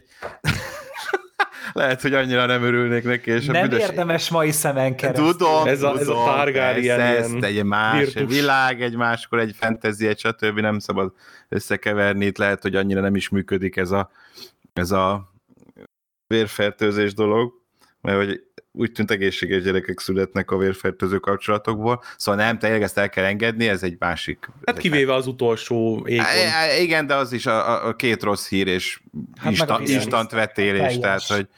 Speaker 3: Lehet, hogy annyira nem örülnék neki. És
Speaker 1: nem érdemes mai szemen keresztül.
Speaker 3: Tudom,
Speaker 2: ez a Targaryen
Speaker 3: ezt egy más világ, egy máskor egy fantasy, egy stb. Nem szabad összekeverni. Itt lehet, hogy annyira nem is működik ez a vérfertőzés dolog, mert hogy úgy tűnt egészséges gyerekek születnek a vérfertőző kapcsolatokból, szóval nem, tényleg ezt el kell engedni, ez egy másik...
Speaker 2: Hát kivéve az utolsó égon.
Speaker 3: Igen, de az is a 2 rossz hír, és instant vetélés, tehát, hogy...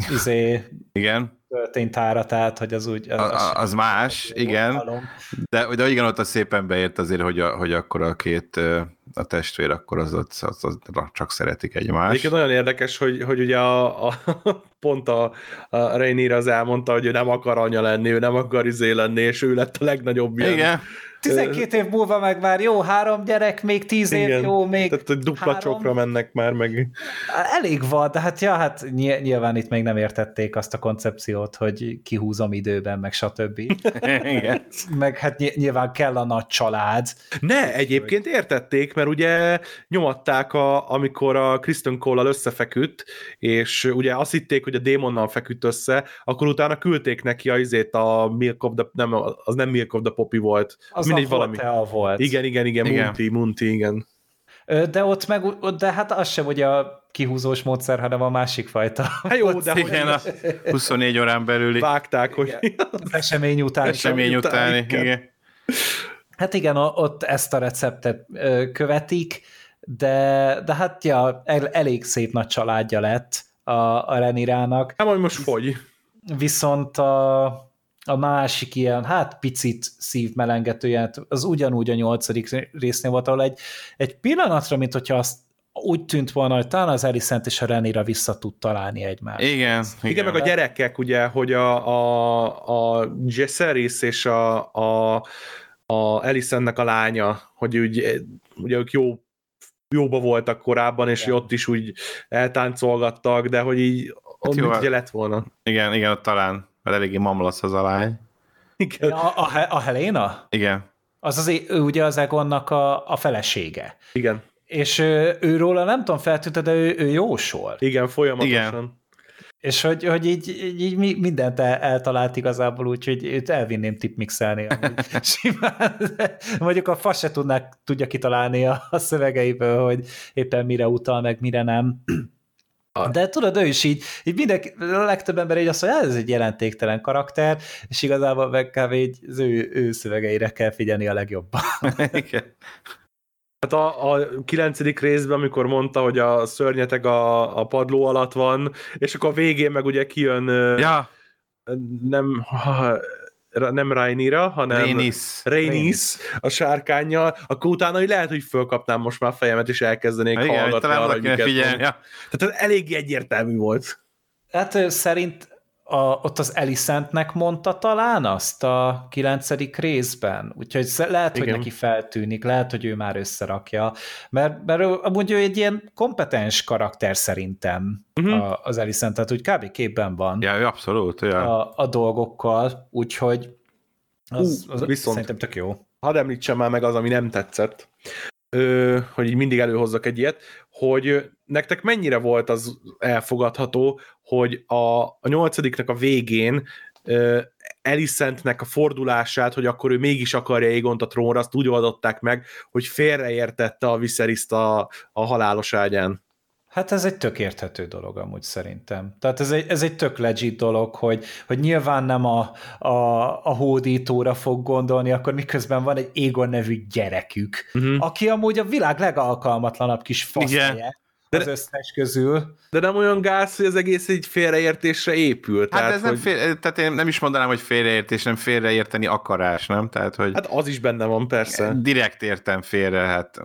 Speaker 3: Igen.
Speaker 1: Történtára, tehát, hogy az úgy...
Speaker 3: Az más, igen, de igen, ott az szépen beért azért, hogy akkor a a testvér, akkor az csak szeretik egymást.
Speaker 2: Egyébként nagyon érdekes, hogy ugye pont a Rhaenyra az elmondta, hogy ő nem akar anya lenni, ő nem akar lenni, és ő lett a legnagyobb ilyen.
Speaker 3: Igen.
Speaker 1: 12 év múlva meg már jó, 3 gyerek, még 10 év, jó, még
Speaker 2: tehát, hogy dupla 3. csokra mennek már meg.
Speaker 1: Elég van, de hát nyilván itt még nem értették azt a koncepciót, hogy kihúzom időben, meg stb.
Speaker 3: Igen.
Speaker 1: Meg hát nyilván kell a nagy család.
Speaker 2: Ne, egyébként értették, mert ugye nyomatták, amikor a Kristen Cole-al összefeküdt, és ugye azt hitték, hogy a démonnal feküdt össze, akkor utána küldték neki a Milk of the... Nem, az nem Milk of the Poppy volt.
Speaker 1: Az mindegy valami. Volt.
Speaker 2: Igen, Munti, igen.
Speaker 1: De ott meg, de hát az sem ugye a kihúzós módszer, hanem a másik fajta.
Speaker 2: Hát jó, de
Speaker 3: igen, a 24 órán belüli
Speaker 2: vágták, hogy
Speaker 1: az esemény után.
Speaker 3: esemény utáni. Igen.
Speaker 1: Hát igen, ott ezt a receptet követik, de hát ja, elég szép nagy családja lett a Renirának.
Speaker 2: Nem, hogy most fogy.
Speaker 1: Viszont a másik ilyen, hát picit szívmelengető, az ugyanúgy a 8. résznél volt, ahol egy pillanatra, mint hogyha azt úgy tűnt volna, hogy talán az Alicent és a Rhaenyra vissza tud találni egymást.
Speaker 2: Igen, meg a gyerekek, ugye, hogy a Jaehaerys és a Alicentnek a lánya, hogy ugye ők jóba voltak korábban, és ott is úgy eltáncolgattak, de hogy így ott ugye lett volna.
Speaker 3: Igen, ott talán, mert eléggé mamlasz az a lány.
Speaker 1: Igen. A Helena?
Speaker 3: Igen.
Speaker 1: Ő ugye az Aegonnak a felesége.
Speaker 2: Igen.
Speaker 1: És őróla nem tudom, feltűnt, de ő jósol.
Speaker 2: Igen, folyamatosan.
Speaker 3: Igen.
Speaker 1: És hogy így mindent eltalált igazából, úgyhogy őt elvinném tipmixelni. Simán. Mondjuk a fasz se tudja kitalálni a szövegeiből, hogy éppen mire utal, meg mire nem. De tudod, ő is így mindenki, a legtöbb ember így azt mondja, ez egy jelentéktelen karakter, és igazából meg kb. Az ő szövegeire kell figyelni a legjobban.
Speaker 3: Igen.
Speaker 2: Hát a 9. részben, amikor mondta, hogy a szörnyeteg a padló alatt van, és akkor a végén meg ugye kijön nem Rhaenyra, hanem Rhaenys a sárkánnyal, akkor utána hogy lehet, hogy fölkapnám most már a fejemet, és elkezdenék hallgatni arra, hogy miket mond. Tehát ez eléggé egyértelmű volt.
Speaker 1: Hát szerint ott az Alicentnek mondta talán azt a 9. részben, úgyhogy lehet, hogy neki feltűnik, lehet, hogy ő már összerakja, mert amúgy ő egy ilyen kompetens karakter szerintem az Alicent, tehát úgy kb. Képben van
Speaker 3: abszolút,
Speaker 1: a dolgokkal, úgyhogy az
Speaker 2: viszont
Speaker 1: szerintem tök jó.
Speaker 2: Hadd említsem már meg az, ami nem tetszett, hogy így mindig előhozzak egy ilyet, hogy nektek mennyire volt az elfogadható, hogy a 8. a végén Alicentnek a fordulását, hogy akkor ő mégis akarja Aegont a trónra, azt úgy oldották meg, hogy félreértette a Viseryszt a halálos ágyán.
Speaker 1: Hát ez egy tök érthető dolog amúgy szerintem. Tehát ez egy tök legit dolog, hogy nyilván nem a hódítóra fog gondolni, akkor miközben van egy Aegon nevű gyerekük, aki amúgy a világ legalkalmatlanabb kis faszfeje az összes közül.
Speaker 2: De nem olyan gáz, hogy az egész egy félreértésre épül.
Speaker 3: Hát tehát, ez nem tehát én nem is mondanám, hogy félreértés, nem félreérteni akarás, nem? Tehát, hogy
Speaker 2: hát az is benne van, persze.
Speaker 3: Direkt értem félre, hát...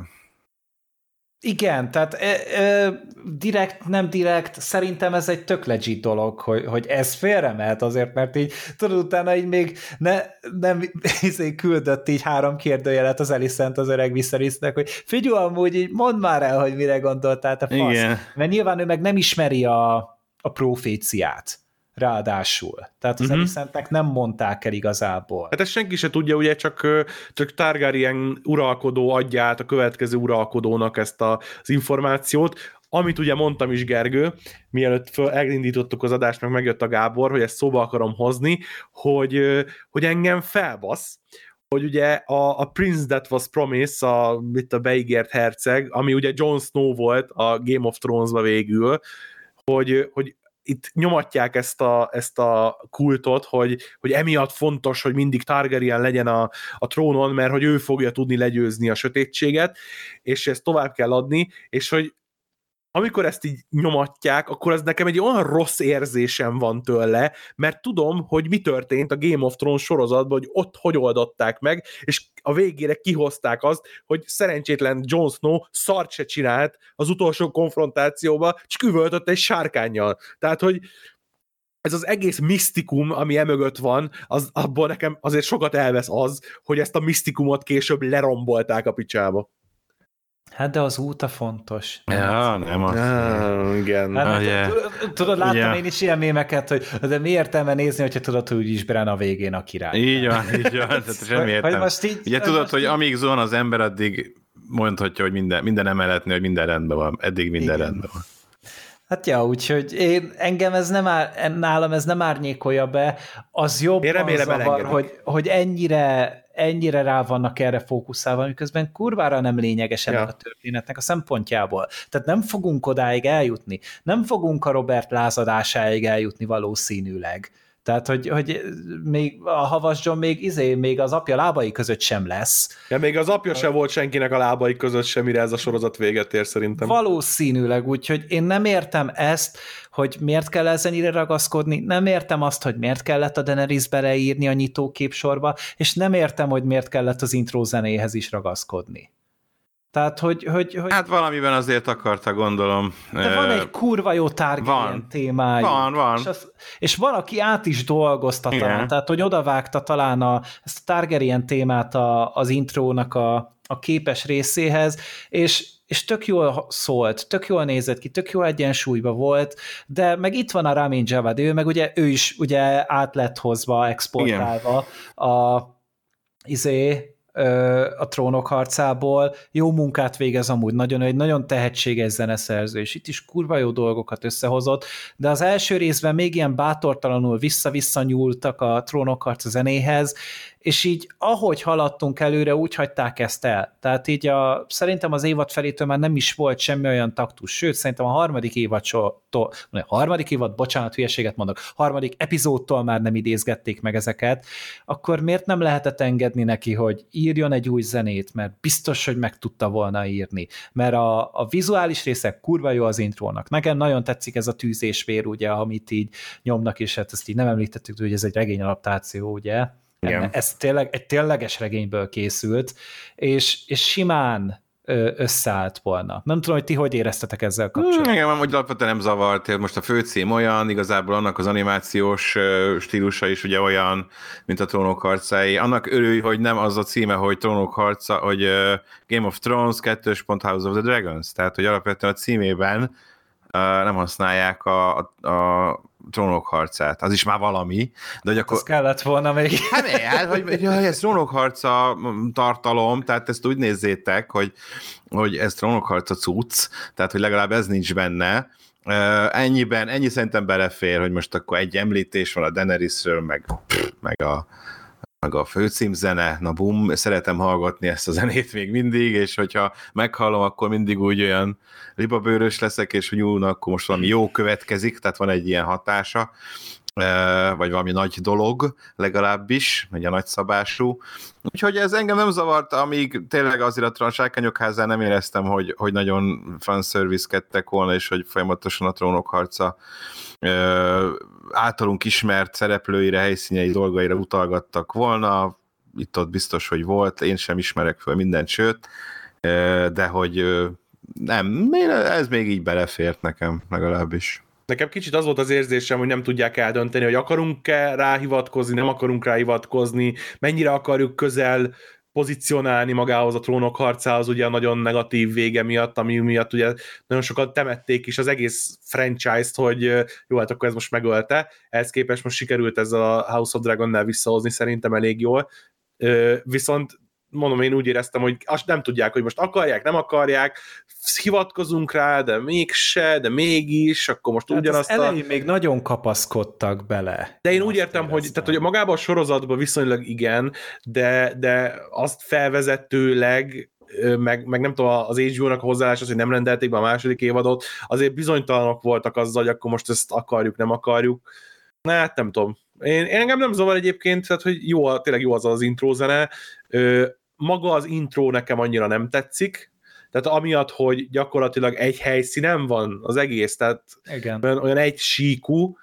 Speaker 1: Igen, tehát direkt, nem direkt, szerintem ez egy tök legit dolog, hogy ez félremehet azért, mert így tudod, utána így még nem küldött így 3 kérdőjelet az Alicent az öreg Viserysnek, hogy figyelj, amúgy így mondd már el, hogy mire gondoltál, te fasz. Igen. Mert nyilván ő meg nem ismeri a proféciát. Ráadásul. Tehát az Alicentnek nem mondták el igazából.
Speaker 2: Hát ezt senki se tudja, ugye csak Targaryen uralkodó adja át a következő uralkodónak ezt az információt, amit ugye mondtam is, Gergő, mielőtt elindítottuk az adást, meg megjött a Gábor, hogy ezt szóba akarom hozni, hogy engem felbasz, hogy ugye a Prince That Was Promised, a beígért herceg, ami ugye Jon Snow volt a Game of Thrones-ba végül, hogy itt nyomatják ezt a kultot, hogy emiatt fontos, hogy mindig Targaryen legyen a trónon, mert hogy ő fogja tudni legyőzni a sötétséget, és ezt tovább kell adni, és hogy amikor ezt így nyomatják, akkor ez nekem egy olyan rossz érzésem van tőle, mert tudom, hogy mi történt a Game of Thrones sorozatban, hogy ott hogy oldották meg, és a végére kihozták azt, hogy szerencsétlen Jon Snow szart se csinált az utolsó konfrontációba, csak üvöltött egy sárkánnyal. Tehát, hogy ez az egész misztikum, ami emögött van, abból nekem azért sokat elvesz az, hogy ezt a misztikumot később lerombolták a picsába.
Speaker 1: Hát de az út a fontos.
Speaker 3: Ja, nem az.
Speaker 2: Igen.
Speaker 1: Hát, tudod, láttam én is ilyen mémeket, hogy de mi értelme nézni, hogyha tudod, hogy úgyis Bran a végén a király.
Speaker 3: Így van. Tehát semmi értelme. Ugye tudod, hogy amíg zón az ember, addig mondhatja, hogy minden emeletnél, hogy minden rendben van. Eddig minden rendben van.
Speaker 1: Hát ja, úgyhogy nálam ez nem árnyékolja be, az jobb, hogy ennyire ennyire rá vannak erre fókuszálva, miközben kurvára nem lényeges ennek a történetnek a szempontjából. Tehát nem fogunk odáig eljutni. Nem fogunk a Robert lázadásáig eljutni valószínűleg. Tehát, hogy még a Havas John még az apja lábai között sem lesz.
Speaker 2: Ja, még az apja sem volt senkinek a lábai között sem, mire ez a sorozat véget ér szerintem.
Speaker 1: Valószínűleg, úgyhogy én nem értem ezt, hogy miért kell ennyire ragaszkodni, nem értem azt, hogy miért kellett a Daenerys beleírni a nyitóképsorba, és nem értem, hogy miért kellett az intro zenéhez is ragaszkodni. Tehát, hogy...
Speaker 3: Hát valamiben azért akarta, gondolom.
Speaker 1: De van egy kurva jó Targaryen témájú.
Speaker 3: Van.
Speaker 1: És valaki át is dolgozta talán, tehát, hogy odavágta talán ezt a Targaryen témát az intrónak a képes részéhez, és tök jól szólt, tök jól nézett ki, tök jó egyensúlyba volt, de meg itt van a Ramin Djawadi, ő is ugye át lett hozva, exportálva a Trónok harcából, jó munkát végez amúgy, egy nagyon tehetséges zeneszerző, és itt is kurva jó dolgokat összehozott, de az első részben még ilyen bátortalanul vissza-vissza nyúltak a Trónok harca zenéhez, és így ahogy haladtunk előre, úgy hagyták ezt el. Tehát így szerintem az évad felétől már nem is volt semmi olyan taktus, sőt, szerintem a harmadik epizódtól már nem idézgették meg ezeket, akkor miért nem lehetett engedni neki, hogy írjon egy új zenét, mert biztos, hogy meg tudta volna írni. Mert a vizuális részek kurva jó az intrónak. Nekem nagyon tetszik ez a tűz és vér, ugye, amit így nyomnak, és hát ezt így nem említettük, hogy ez egy regényadaptáció, ugye? Igen. Ez tényleg egy tényleges regényből készült, és simán összeállt volna. Nem tudom, hogy ti hogy éreztetek ezzel kapcsolatban.
Speaker 3: Igen, hogy alapvetően nem zavart. Most a főcím olyan, igazából annak az animációs stílusa is ugye olyan, mint a Trónok harcái. Annak örülj, hogy nem az a címe, hogy Trónok harca, hogy Game of Thrones 2. House of the Dragons. Tehát, hogy alapvetően a címében nem használják a Trónok harcát. Az is már valami. De hogy akkor...
Speaker 1: Az kellett volna még.
Speaker 3: Hát, hogy ez Trónok harca tartalom, tehát ezt úgy nézzétek, hogy ez Trónok harca cucc, tehát hogy legalább ez nincs benne. Ennyi szerintem belefér, hogy most akkor egy említés van a Daenerysről, meg a főcímzene, na bum, szeretem hallgatni ezt a zenét még mindig, és hogyha meghallom, akkor mindig úgy olyan libabőrös leszek, és hogy akkor most valami jó következik, tehát van egy ilyen hatása, vagy valami nagy dolog legalábbis, egy a nagyszabású. Úgyhogy ez engem nem zavart, amíg tényleg azért a Sárkányokházán nem éreztem, hogy nagyon fanservice-kedtek volna, és hogy folyamatosan a Trónok harca általunk ismert szereplőire, helyszínei dolgaira utalgattak volna, itt-ott biztos, hogy volt, én sem ismerek föl mindent, sőt, de hogy nem, ez még így belefért nekem legalábbis.
Speaker 2: Nekem kicsit az volt az érzésem, hogy nem tudják eldönteni, hogy akarunk-e ráhivatkozni, nem akarunk ráhivatkozni, mennyire akarjuk közel pozícionálni magához a Trónok harcához, ugye a nagyon negatív vége miatt, ami miatt ugye nagyon sokan temették is az egész franchise-t, hogy jó, hát akkor ez most megölte. Ehhez képest most sikerült ezzel a House of Dragonnál visszahozni, szerintem elég jól. Viszont mondom, én úgy éreztem, hogy azt nem tudják, hogy most akarják, nem akarják, hivatkozunk rá, de mégse, de mégis, akkor most hát ugyanazt
Speaker 1: az elején még nagyon kapaszkodtak bele.
Speaker 2: De én úgy értem, hogy, tehát, hogy magában a sorozatban viszonylag igen, de azt felvezetőleg, meg nem tudom, az HBO-nak a hozzáállás az, hogy nem rendelték be a második évadot, azért bizonytalanok voltak azzal, hogy akkor most ezt akarjuk, nem akarjuk. Hát nem tudom. Én engem nem zavar egyébként, tehát hogy jó, tényleg jó az intro zene. Maga az intro nekem annyira nem tetszik, tehát amiatt, hogy gyakorlatilag egy helyszínen van az egész, tehát
Speaker 1: igen.
Speaker 2: Olyan egy síkú,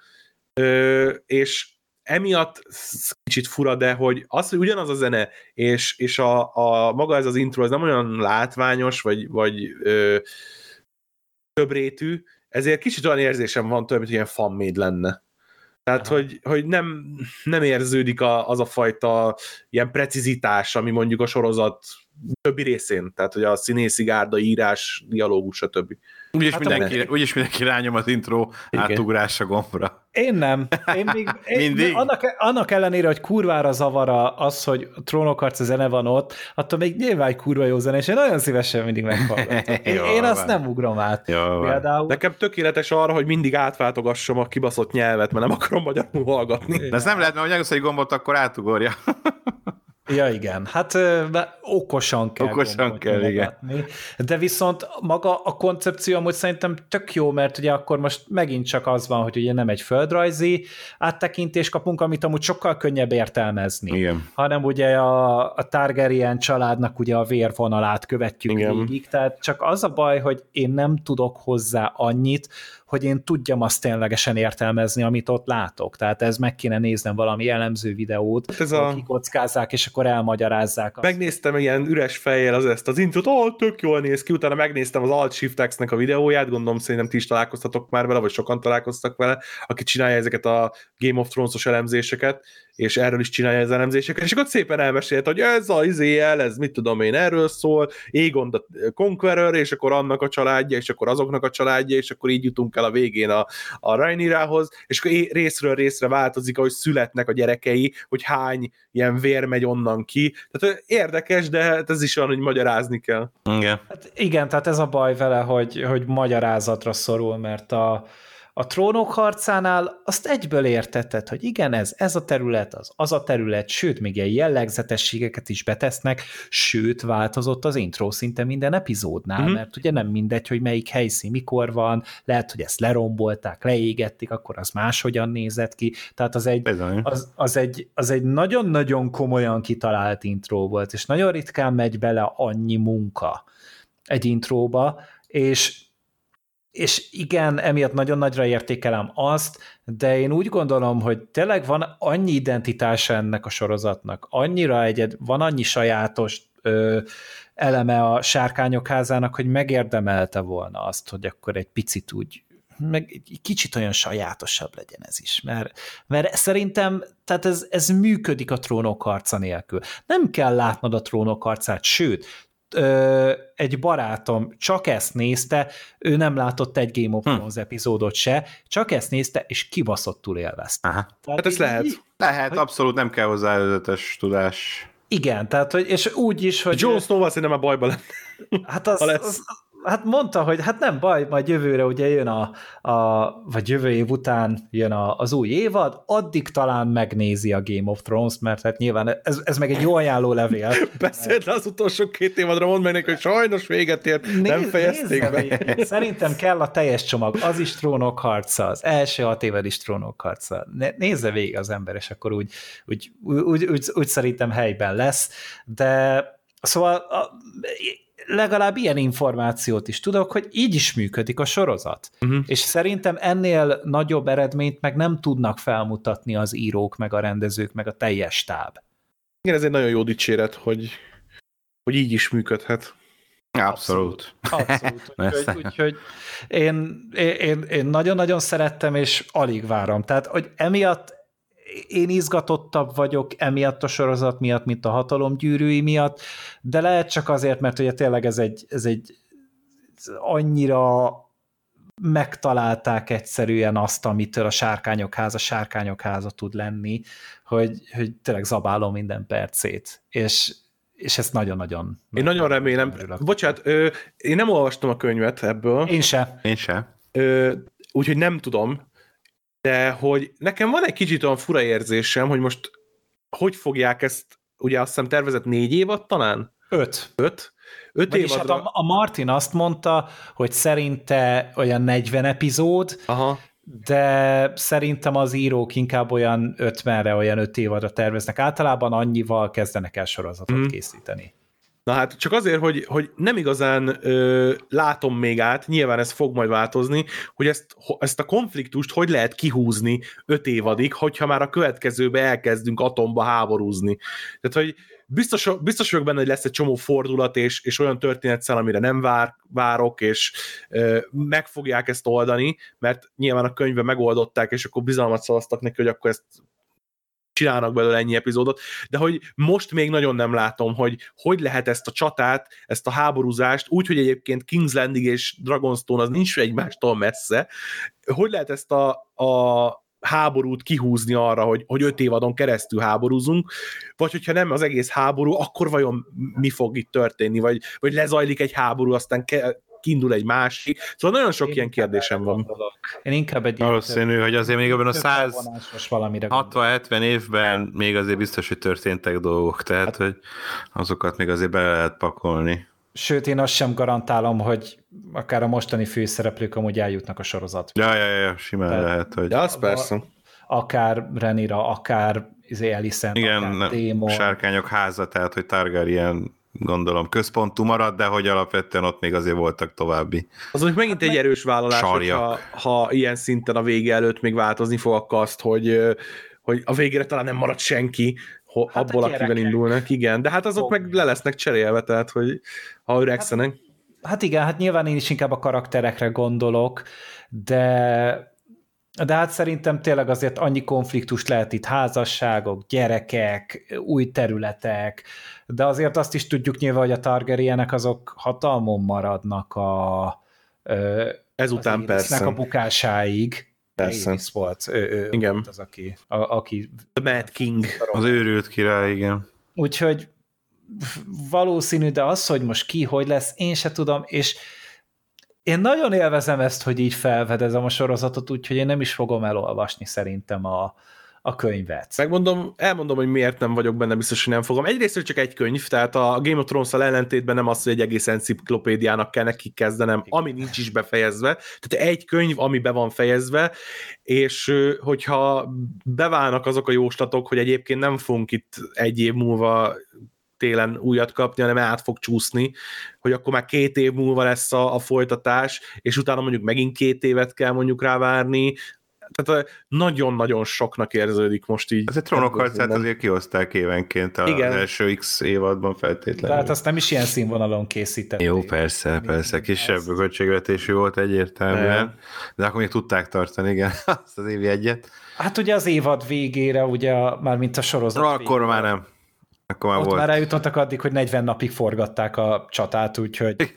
Speaker 2: és emiatt kicsit fura, de hogy az, hogy ugyanaz a zene, és a maga ez az intro, ez nem olyan látványos, vagy többrétű, ezért kicsit olyan érzésem van tőle, mint ilyen fan-made lenne. Tehát, hogy nem érződik az a fajta ilyen precizitás, ami mondjuk a sorozat többi részén, tehát, hogy a színészi gárda, írás, dialógus, stb.
Speaker 3: Úgyis mindenki rányom az intro átugrása gombra.
Speaker 1: Én nem. Mindig? Annak ellenére, hogy kurvára zavara az, hogy a Trónok harca zene van ott, attól még nyilván egy kurva jó zene, és én nagyon szívesen mindig meghallgatom. Én azt nem ugrom át. Például...
Speaker 2: Nekem tökéletes arra, hogy mindig átváltogassam a kibaszott nyelvet, mert nem akarom magyarul hallgatni.
Speaker 3: De ez nem lehet, mert ha nyomsz egy gombot, akkor átugorja.
Speaker 1: Ja, igen, hát okosan kell
Speaker 3: Okosan kell, igen.
Speaker 1: De viszont maga a koncepció amúgy szerintem tök jó, mert ugye akkor most megint csak az van, hogy ugye nem egy földrajzi áttekintést kapunk, amit amúgy sokkal könnyebb értelmezni,
Speaker 3: Igen.
Speaker 1: hanem ugye a Targaryen családnak ugye a vérvonalát követjük
Speaker 2: Igen.
Speaker 1: végig, tehát csak az a baj, hogy én nem tudok hozzá annyit, hogy én tudjam azt ténylegesen értelmezni, amit ott látok. Tehát ez meg kéne néznem valami elemző videót,
Speaker 2: Hát
Speaker 1: kikockázzák, és akkor elmagyarázzák azt.
Speaker 2: Megnéztem ilyen üres fejjel ezt az introt, tök jól néz ki, utána megnéztem az Alt-Shift-X-nek a videóját, gondolom szerintem ti is találkoztatok már vele, vagy sokan találkoztak vele, aki csinálja ezeket a Game of Thrones-os elemzéseket, és erről is csinálja az elemzéseket, és akkor szépen elmesélt, hogy ez a ez mit tudom én, erről szól, Aegon the Conqueror, és akkor annak a családja, és akkor azoknak a családja, és akkor így jutunk el a végén a Rhaenyrához, és akkor részről részre változik, ahogy születnek a gyerekei, hogy hány ilyen vér megy onnan ki. Tehát érdekes, de hát ez is olyan, hogy magyarázni kell.
Speaker 3: Igen.
Speaker 1: Hát igen, tehát ez a baj vele, hogy magyarázatra szorul, mert a Trónok harcánál azt egyből értetted, hogy igen, ez a terület, az a terület, sőt, még ilyen jellegzetességeket is betesznek, sőt, változott az intro szinte minden epizódnál, mert ugye nem mindegy, hogy melyik helyszín mikor van, lehet, hogy ezt lerombolták, leégették, akkor az máshogyan nézett ki, tehát az egy nagyon-nagyon komolyan kitalált intro volt, és nagyon ritkán megy bele annyi munka egy intróba, és igen, emiatt nagyon nagyra értékelem azt, de én úgy gondolom, hogy tényleg van annyi identitása ennek a sorozatnak, van annyi sajátos eleme a Sárkányok házának, hogy megérdemelte volna azt, hogy akkor egy picit úgy, meg egy kicsit olyan sajátosabb legyen ez is, mert szerintem tehát ez működik a Trónok harca nélkül. Nem kell látnod a Trónok harcát, sőt, egy barátom csak ezt nézte, ő nem látott egy Game of Thrones epizódot se, csak ezt nézte, és kibaszottul élvezte.
Speaker 2: Hát ez lehet.
Speaker 3: Lehet, abszolút nem kell hozzá előzetes tudás.
Speaker 1: Igen, tehát, hogy, és úgy is, hogy...
Speaker 2: Jon Snow-val szerintem a bajban lenne.
Speaker 1: Hát hát mondta, hogy hát nem baj, majd jövőre ugye jön vagy jövő év után jön az új évad, addig talán megnézi a Game of Thrones, mert hát nyilván ez meg egy jó ajánló levél.
Speaker 2: Beszélt az utolsó 2 évadra, mondd meg neki, hogy sajnos véget ért, nem fejezték be.
Speaker 1: Szerintem kell a teljes csomag, az is Trónok harca, az első 6 évad is Trónok harca. Nézze végig az ember, és akkor úgy szerintem helyben lesz, de szóval legalább ilyen információt is tudok, hogy így is működik a sorozat. És szerintem ennél nagyobb eredményt meg nem tudnak felmutatni az írók, meg a rendezők, meg a teljes stáb.
Speaker 2: Igen, ez egy nagyon jó dicséret, hogy így is működhet.
Speaker 3: Abszolút.
Speaker 1: Úgyhogy én nagyon-nagyon szerettem, és alig várom. Tehát, hogy emiatt én izgatottabb vagyok emiatt a sorozat miatt, mint a Hatalomgyűrűi miatt, de lehet csak azért, mert ugye tényleg ez egy annyira megtalálták egyszerűen azt, amitől a Sárkányok háza tud lenni, hogy tényleg zabálom minden percét. És ezt nagyon-nagyon...
Speaker 2: Én nagyon remélem. Bocsánat, én nem olvastam a könyvet ebből.
Speaker 1: Én se.
Speaker 2: Úgyhogy nem tudom, de hogy nekem van egy kicsit olyan fura érzésem, hogy most hogy fogják ezt, ugye azt hiszem tervezett 4 évad talán?
Speaker 1: 5
Speaker 2: évadra.
Speaker 1: Hát a Martin azt mondta, hogy szerinte olyan 40 epizód, de szerintem az írók inkább olyan 50-re, olyan 5 évadra terveznek. Általában annyival kezdenek el sorozatot készíteni.
Speaker 2: Na hát csak azért, hogy nem igazán látom még át, nyilván ez fog majd változni, hogy ezt a konfliktust hogy lehet kihúzni 5 évadig, hogyha már a következőbe elkezdünk atomba háborúzni. Tehát, hogy biztos vagyok benne, hogy lesz egy csomó fordulat, és olyan történetszál, amire nem várok, és meg fogják ezt oldani, mert nyilván a könyvben megoldották, és akkor bizalmat szavaztak neki, hogy akkor ezt csinálnak belőle ennyi epizódot, de hogy most még nagyon nem látom, hogy lehet ezt a csatát, ezt a háborúzást, úgy, hogy egyébként King's Landing és Dragonstone az nincs egymástól messze, hogy lehet ezt a háborút kihúzni arra, hogy 5 évadon keresztül háborúzunk, vagy hogyha nem az egész háború, akkor vajon mi fog itt történni, vagy lezajlik egy háború, aztán kiindul egy másik. Szóval nagyon sok ilyen kérdésem van.
Speaker 1: Én inkább egy
Speaker 3: valószínű, hogy azért még ebben a
Speaker 1: 160-70
Speaker 3: évben még azért biztos, hogy történtek dolgok, tehát hogy azokat még azért bele lehet pakolni.
Speaker 1: Sőt, én azt sem garantálom, hogy akár a mostani főszereplők amúgy eljutnak a sorozatba.
Speaker 3: Ja, simán tehát, lehet, hogy...
Speaker 2: De az persze.
Speaker 1: Akár Rhaenyra, akár Alicent,
Speaker 3: igen,
Speaker 1: akár Daemon.
Speaker 3: Sárkányok háza, tehát hogy Targaryen gondolom központú marad, de hogy alapvetően ott még azért voltak további.
Speaker 2: Az hogy megint egy erős vállalás, ha ilyen szinten a vége előtt még változni fog a kaszt, hogy a végére talán nem marad senki, abból, akivel indulnak, igen. De hát azok meg le lesznek cserélve, tehát hogy ha öregszenek.
Speaker 1: Hát igen, hát nyilván én is inkább a karakterekre gondolok, de hát szerintem tényleg azért annyi konfliktust lehet itt, házasságok, gyerekek, új területek, de azért azt is tudjuk nyilván, hogy a Targaryenek azok hatalmon maradnak
Speaker 2: ezután persze.
Speaker 1: a bukásáig.
Speaker 2: Persze.
Speaker 1: Volt.
Speaker 2: Igen.
Speaker 1: Volt az, aki
Speaker 2: The Mad King.
Speaker 3: Az őrült király, igen.
Speaker 1: Úgyhogy valószínű, de az, hogy most ki, hogy lesz, én se tudom, és én nagyon élvezem ezt, hogy így felfedezem a sorozatot, úgyhogy én nem is fogom elolvasni szerintem a könyvet.
Speaker 2: Elmondom, hogy miért nem vagyok benne biztos, hogy nem fogom. Egyrészt csak egy könyv, tehát a Game of Thrones-szal ellentétben nem az, hogy egy egész enciklopédiának kell neki kezdenem, ami nincs is befejezve. Tehát egy könyv, ami be van fejezve, és hogyha beválnak azok a jóslatok, hogy egyébként nem fogunk itt egy év múlva télen újat kapni, hanem át fog csúszni, hogy akkor már 2 év múlva lesz a folytatás, és utána mondjuk megint 2 évet kell mondjuk rávárni. Tehát nagyon-nagyon soknak érződik most így.
Speaker 3: Ez egy Trónokharcát azért kihozták évenként az első X évadban feltétlenül.
Speaker 1: De hát azt nem is ilyen színvonalon készítették.
Speaker 3: Jó, persze, kisebb költségvetésű volt egyértelműen, de akkor még tudták tartani, igen, azt az évi egyet.
Speaker 1: Hát ugye az évad végére, ugye már mint a sorozat
Speaker 3: végére. Akkor már nem. Akkor már
Speaker 1: ott
Speaker 3: volt.
Speaker 1: már eljutottak addig, hogy 40 napig forgatták a csatát, úgyhogy...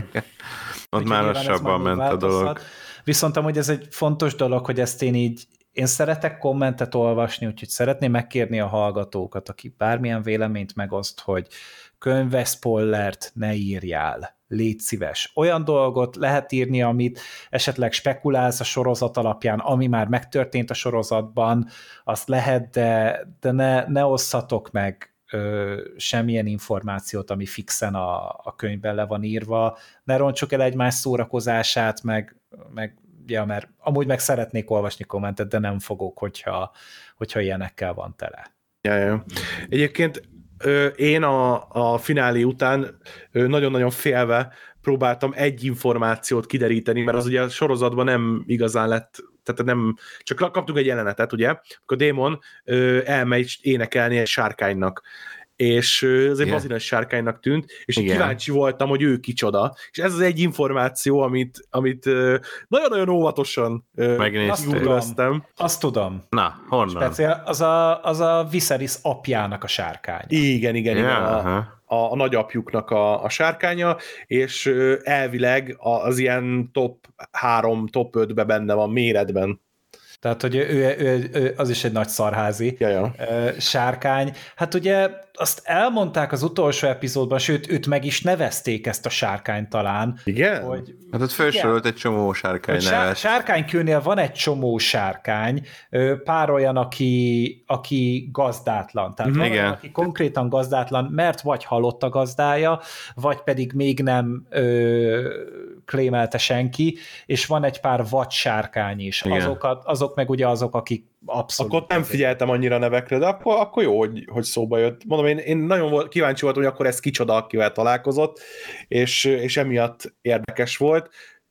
Speaker 3: Ott már lassabban ment a dolog.
Speaker 1: Viszont amúgy ez egy fontos dolog, hogy ezt én szeretek kommentet olvasni, úgyhogy szeretném megkérni a hallgatókat, aki bármilyen véleményt megoszt, hogy könyves spoilert ne írjál. Légy szíves. Olyan dolgot lehet írni, amit esetleg spekulálsz a sorozat alapján, ami már megtörtént a sorozatban, azt lehet, de ne osszatok meg semmilyen információt, ami fixen a könyvben le van írva, ne roncsuk el egymás szórakozását, meg mert amúgy meg szeretnék olvasni kommentet, de nem fogok, hogyha ilyenekkel van tele.
Speaker 2: Ja. Egyébként én a finálé után nagyon-nagyon félve próbáltam egy információt kideríteni, mert az ugye a sorozatban nem igazán lett, tehát nem, csak kaptunk egy jelenetet, ugye, akkor Daemon elmegy énekelni egy sárkánynak, és az egy bazinas sárkánynak tűnt, és kíváncsi voltam, hogy ő kicsoda, és ez az egy információ, amit nagyon-nagyon óvatosan megnéztem.
Speaker 1: Azt tudom.
Speaker 3: Na, honnan?
Speaker 1: Speciál, az a Viserys apjának a sárkány.
Speaker 2: Igen. A nagyapjuknak a sárkánya, és elvileg az ilyen top 3, top 5-be benne van méretben.
Speaker 1: Tehát, hogy ő az is egy nagy szarházi sárkány. Hát ugye azt elmondták az utolsó epizódban, sőt, őt meg is nevezték ezt a sárkányt talán.
Speaker 2: Igen?
Speaker 1: Hogy,
Speaker 3: hát ott felsorolt egy csomó sárkány nevet.
Speaker 1: Sárkánykőnél van egy csomó sárkány, pár olyan, aki gazdátlan. Tehát van olyan, aki konkrétan gazdátlan, mert vagy halott a gazdája, vagy pedig még nem klémelte senki, és van egy pár vadsárkány is. Azok meg ugye azok, akik abszolút...
Speaker 2: Akkor nem figyeltem annyira nevekre, de akkor jó, hogy szóba jött. Mondom, én nagyon kíváncsi voltam, hogy akkor ez kicsoda, akivel találkozott, és emiatt érdekes volt.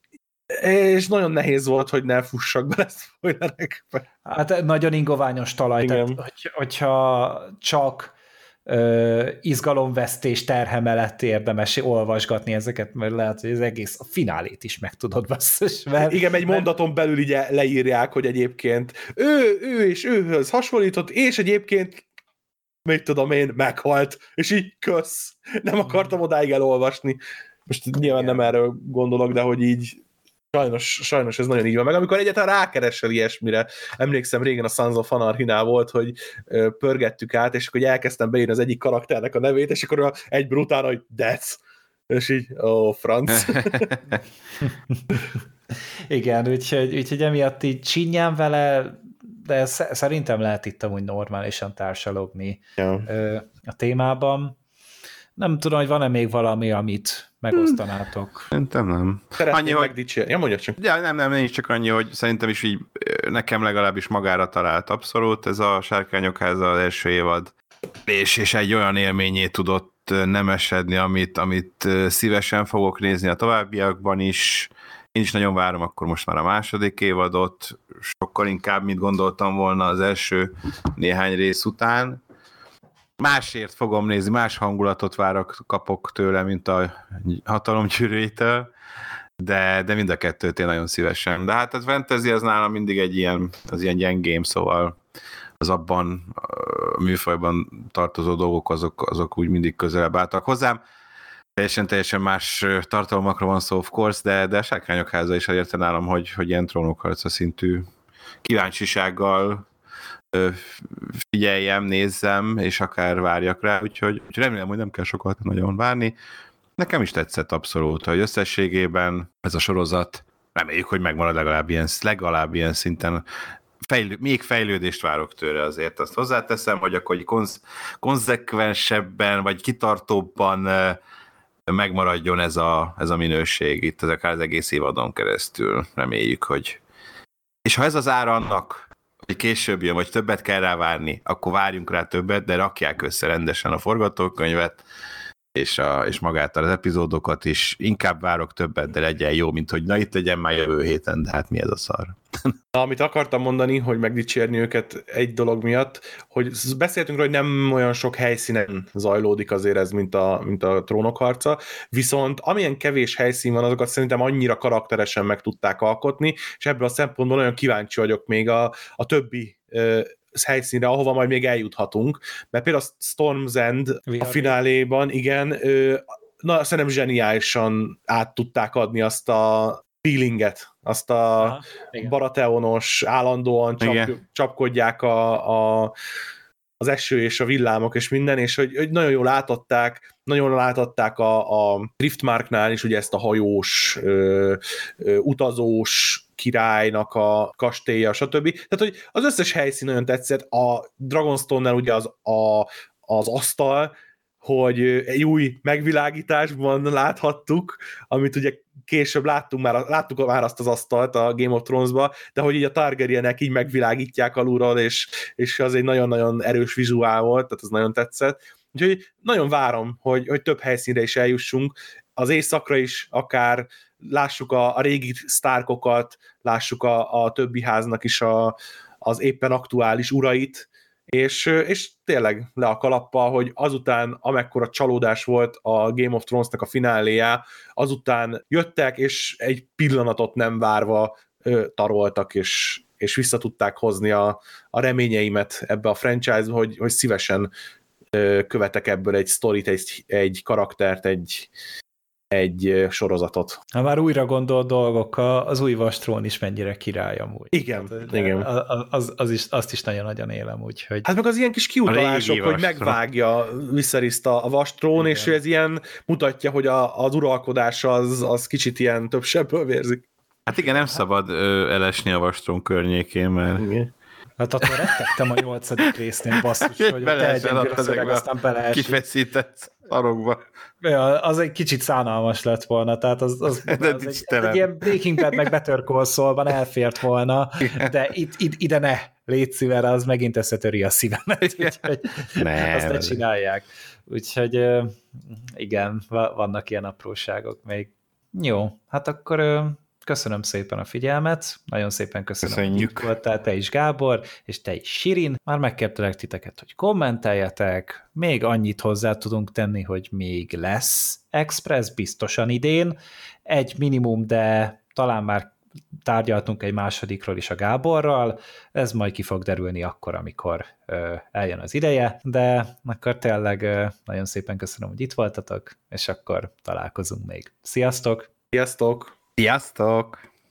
Speaker 2: És nagyon nehéz volt, hogy ne fussak bele spoilerekbe.
Speaker 1: Hát nagyon ingoványos talaj, tehát, hogyha csak izgalomvesztés terhe mellett érdemes olvasgatni ezeket, mert lehet, hogy az egész a finálét is meg tudod basszus.
Speaker 2: Igen, egy mondaton belül ugye leírják, hogy egyébként ő és őhöz hasonlított, és egyébként mit tudom én, meghalt, és így kösz. Nem akartam odáig elolvasni. Most nyilván nem erről gondolok, de hogy így sajnos ez nagyon így van. Meg amikor egyáltalán rákeresel ilyesmire, emlékszem régen a Sons of Anarchy-nál volt, hogy pörgettük át, és akkor elkezdtem beírni az egyik karakternek a nevét, és akkor egy brutál, hogy Death. És így, franc.
Speaker 1: Igen, úgyhogy emiatt így csinyán vele, de szerintem lehet itt amúgy normálisan társalogni a témában. Nem tudom, hogy van-e még valami, amit megosztanátok.
Speaker 3: Szerintem nem.
Speaker 2: Szeretném megdicsérni. Ja, mondja csak.
Speaker 3: Ja, nem, nincs csak annyi, hogy szerintem is így nekem legalábbis magára talált abszolút ez a Sárkányok háza az első évad, és egy olyan élményét tudott nemesedni, amit szívesen fogok nézni a továbbiakban is. Én is nagyon várom akkor most már a második évadot, sokkal inkább, mint gondoltam volna az első néhány rész után. Másért fogom nézni, más hangulatot kapok tőle, mint a Hatalom gyűrűitől, de mind a kettőt én nagyon szívesen. De hát a fantasy az nálam mindig egy ilyen gyengém, szóval az abban a műfajban tartozó dolgok, azok úgy mindig közelebb álltak hozzám. Teljesen más tartalmakra van szó, of course, de a Sárkányok háza is érte nálam, hogy ilyen trónokharca szintű kíváncsisággal figyeljem, nézzem, és akár várjak rá, úgyhogy remélem, hogy nem kell sokat nagyon várni. Nekem is tetszett abszolút, hogy összességében ez a sorozat, reméljük, hogy megmarad legalább ilyen szinten. Még fejlődést várok tőle, azért azt hozzáteszem, hogy akkor konzekvensebben, vagy kitartóbban megmaradjon ez a minőség itt az egész évadon keresztül. Reméljük, hogy... És ha ez az ára annak, hogy később jön, vagy többet kell rá várni, akkor várjunk rá többet, de rakják össze rendesen a forgatókönyvet, és magát az epizódokat is. Inkább várok többet, de legyen jó, mint hogy na itt legyen már jövő héten, de hát mi ez a szar?
Speaker 2: Amit akartam mondani, hogy megdicsérni őket egy dolog miatt, hogy beszéltünk róla, hogy nem olyan sok helyszínen zajlódik azért ez, mint a Trónok harca, viszont amilyen kevés helyszín van, azokat szerintem annyira karakteresen meg tudták alkotni, és ebből a szempontból nagyon kíváncsi vagyok még a többi helyszínre, ahova majd még eljuthatunk, mert például a Storm's End a fináléban, igen, szerintem zseniálisan át tudták adni azt a feelinget, azt a Baratheonos, állandóan csapkodják az eső és a villámok és minden, és hogy nagyon jól átadták a Driftmarknál is ugye ezt a hajós, utazós királynak a kastélya, stb. Tehát, hogy az összes helyszín nagyon tetszett. A Dragonstone-nál ugye az asztal, hogy egy új megvilágításban láthattuk, amit ugye később láttuk már azt az asztalt a Game of Thrones-ba, de hogy így a Targaryenek így megvilágítják alulról, és az egy nagyon-nagyon erős vizuál volt, tehát az nagyon tetszett. Úgyhogy nagyon várom, hogy több helyszínre is eljussunk, az éjszakra is akár lássuk a régi Starkokat, lássuk a többi háznak is az éppen aktuális urait, és tényleg le a kalappal, hogy azután, amekkora csalódás volt a Game of Thrones-nak a fináléjá, azután jöttek, és egy pillanatot nem várva taroltak, és vissza tudták hozni a reményeimet ebbe a franchise-ba, hogy szívesen követek ebből egy sztorit, egy karaktert, egy sorozatot.
Speaker 1: Ha már újra gondolt dolgok, az új Vastrón is mennyire király amúgy.
Speaker 2: Igen, igen.
Speaker 1: Azt is nagyon-nagyon élem, úgyhogy...
Speaker 2: Hát meg az ilyen kis kiutalások, hogy megvágja Viseryszt a Vastrón, és ez ilyen mutatja, hogy az uralkodás az kicsit ilyen több sebből vérzik.
Speaker 3: Hát igen, nem szabad elesni a Vastrón környékén, mert...
Speaker 2: Igen.
Speaker 1: Hát attól rettegtem a 8. résznél, basszus, hogy te egyedül szöveg, aztán beleesik.
Speaker 3: Kifeszített szarokba.
Speaker 1: Ja, az egy kicsit szánalmas lett volna, tehát az egy ilyen Breaking Bad meg Better Call Saul-ban elfért volna, de ide ne, légy szíves, az megint összetöri a szívemet, úgyhogy azt ne csinálják. Úgyhogy igen, vannak ilyen apróságok még. Jó, hát akkor... Köszönöm szépen a figyelmet, nagyon szépen köszönöm, hogy itt voltál, te is Gábor, és te is Sirin. Már megkértelek titeket, hogy kommenteljetek, még annyit hozzá tudunk tenni, hogy még lesz Express biztosan idén, egy minimum, de talán már tárgyaltunk egy másodikról is a Gáborral, ez majd ki fog derülni akkor, amikor eljön az ideje, de akkor tényleg nagyon szépen köszönöm, hogy itt voltatok, és akkor találkozunk még. Sziasztok!
Speaker 2: Sziasztok!
Speaker 3: Sziasztok!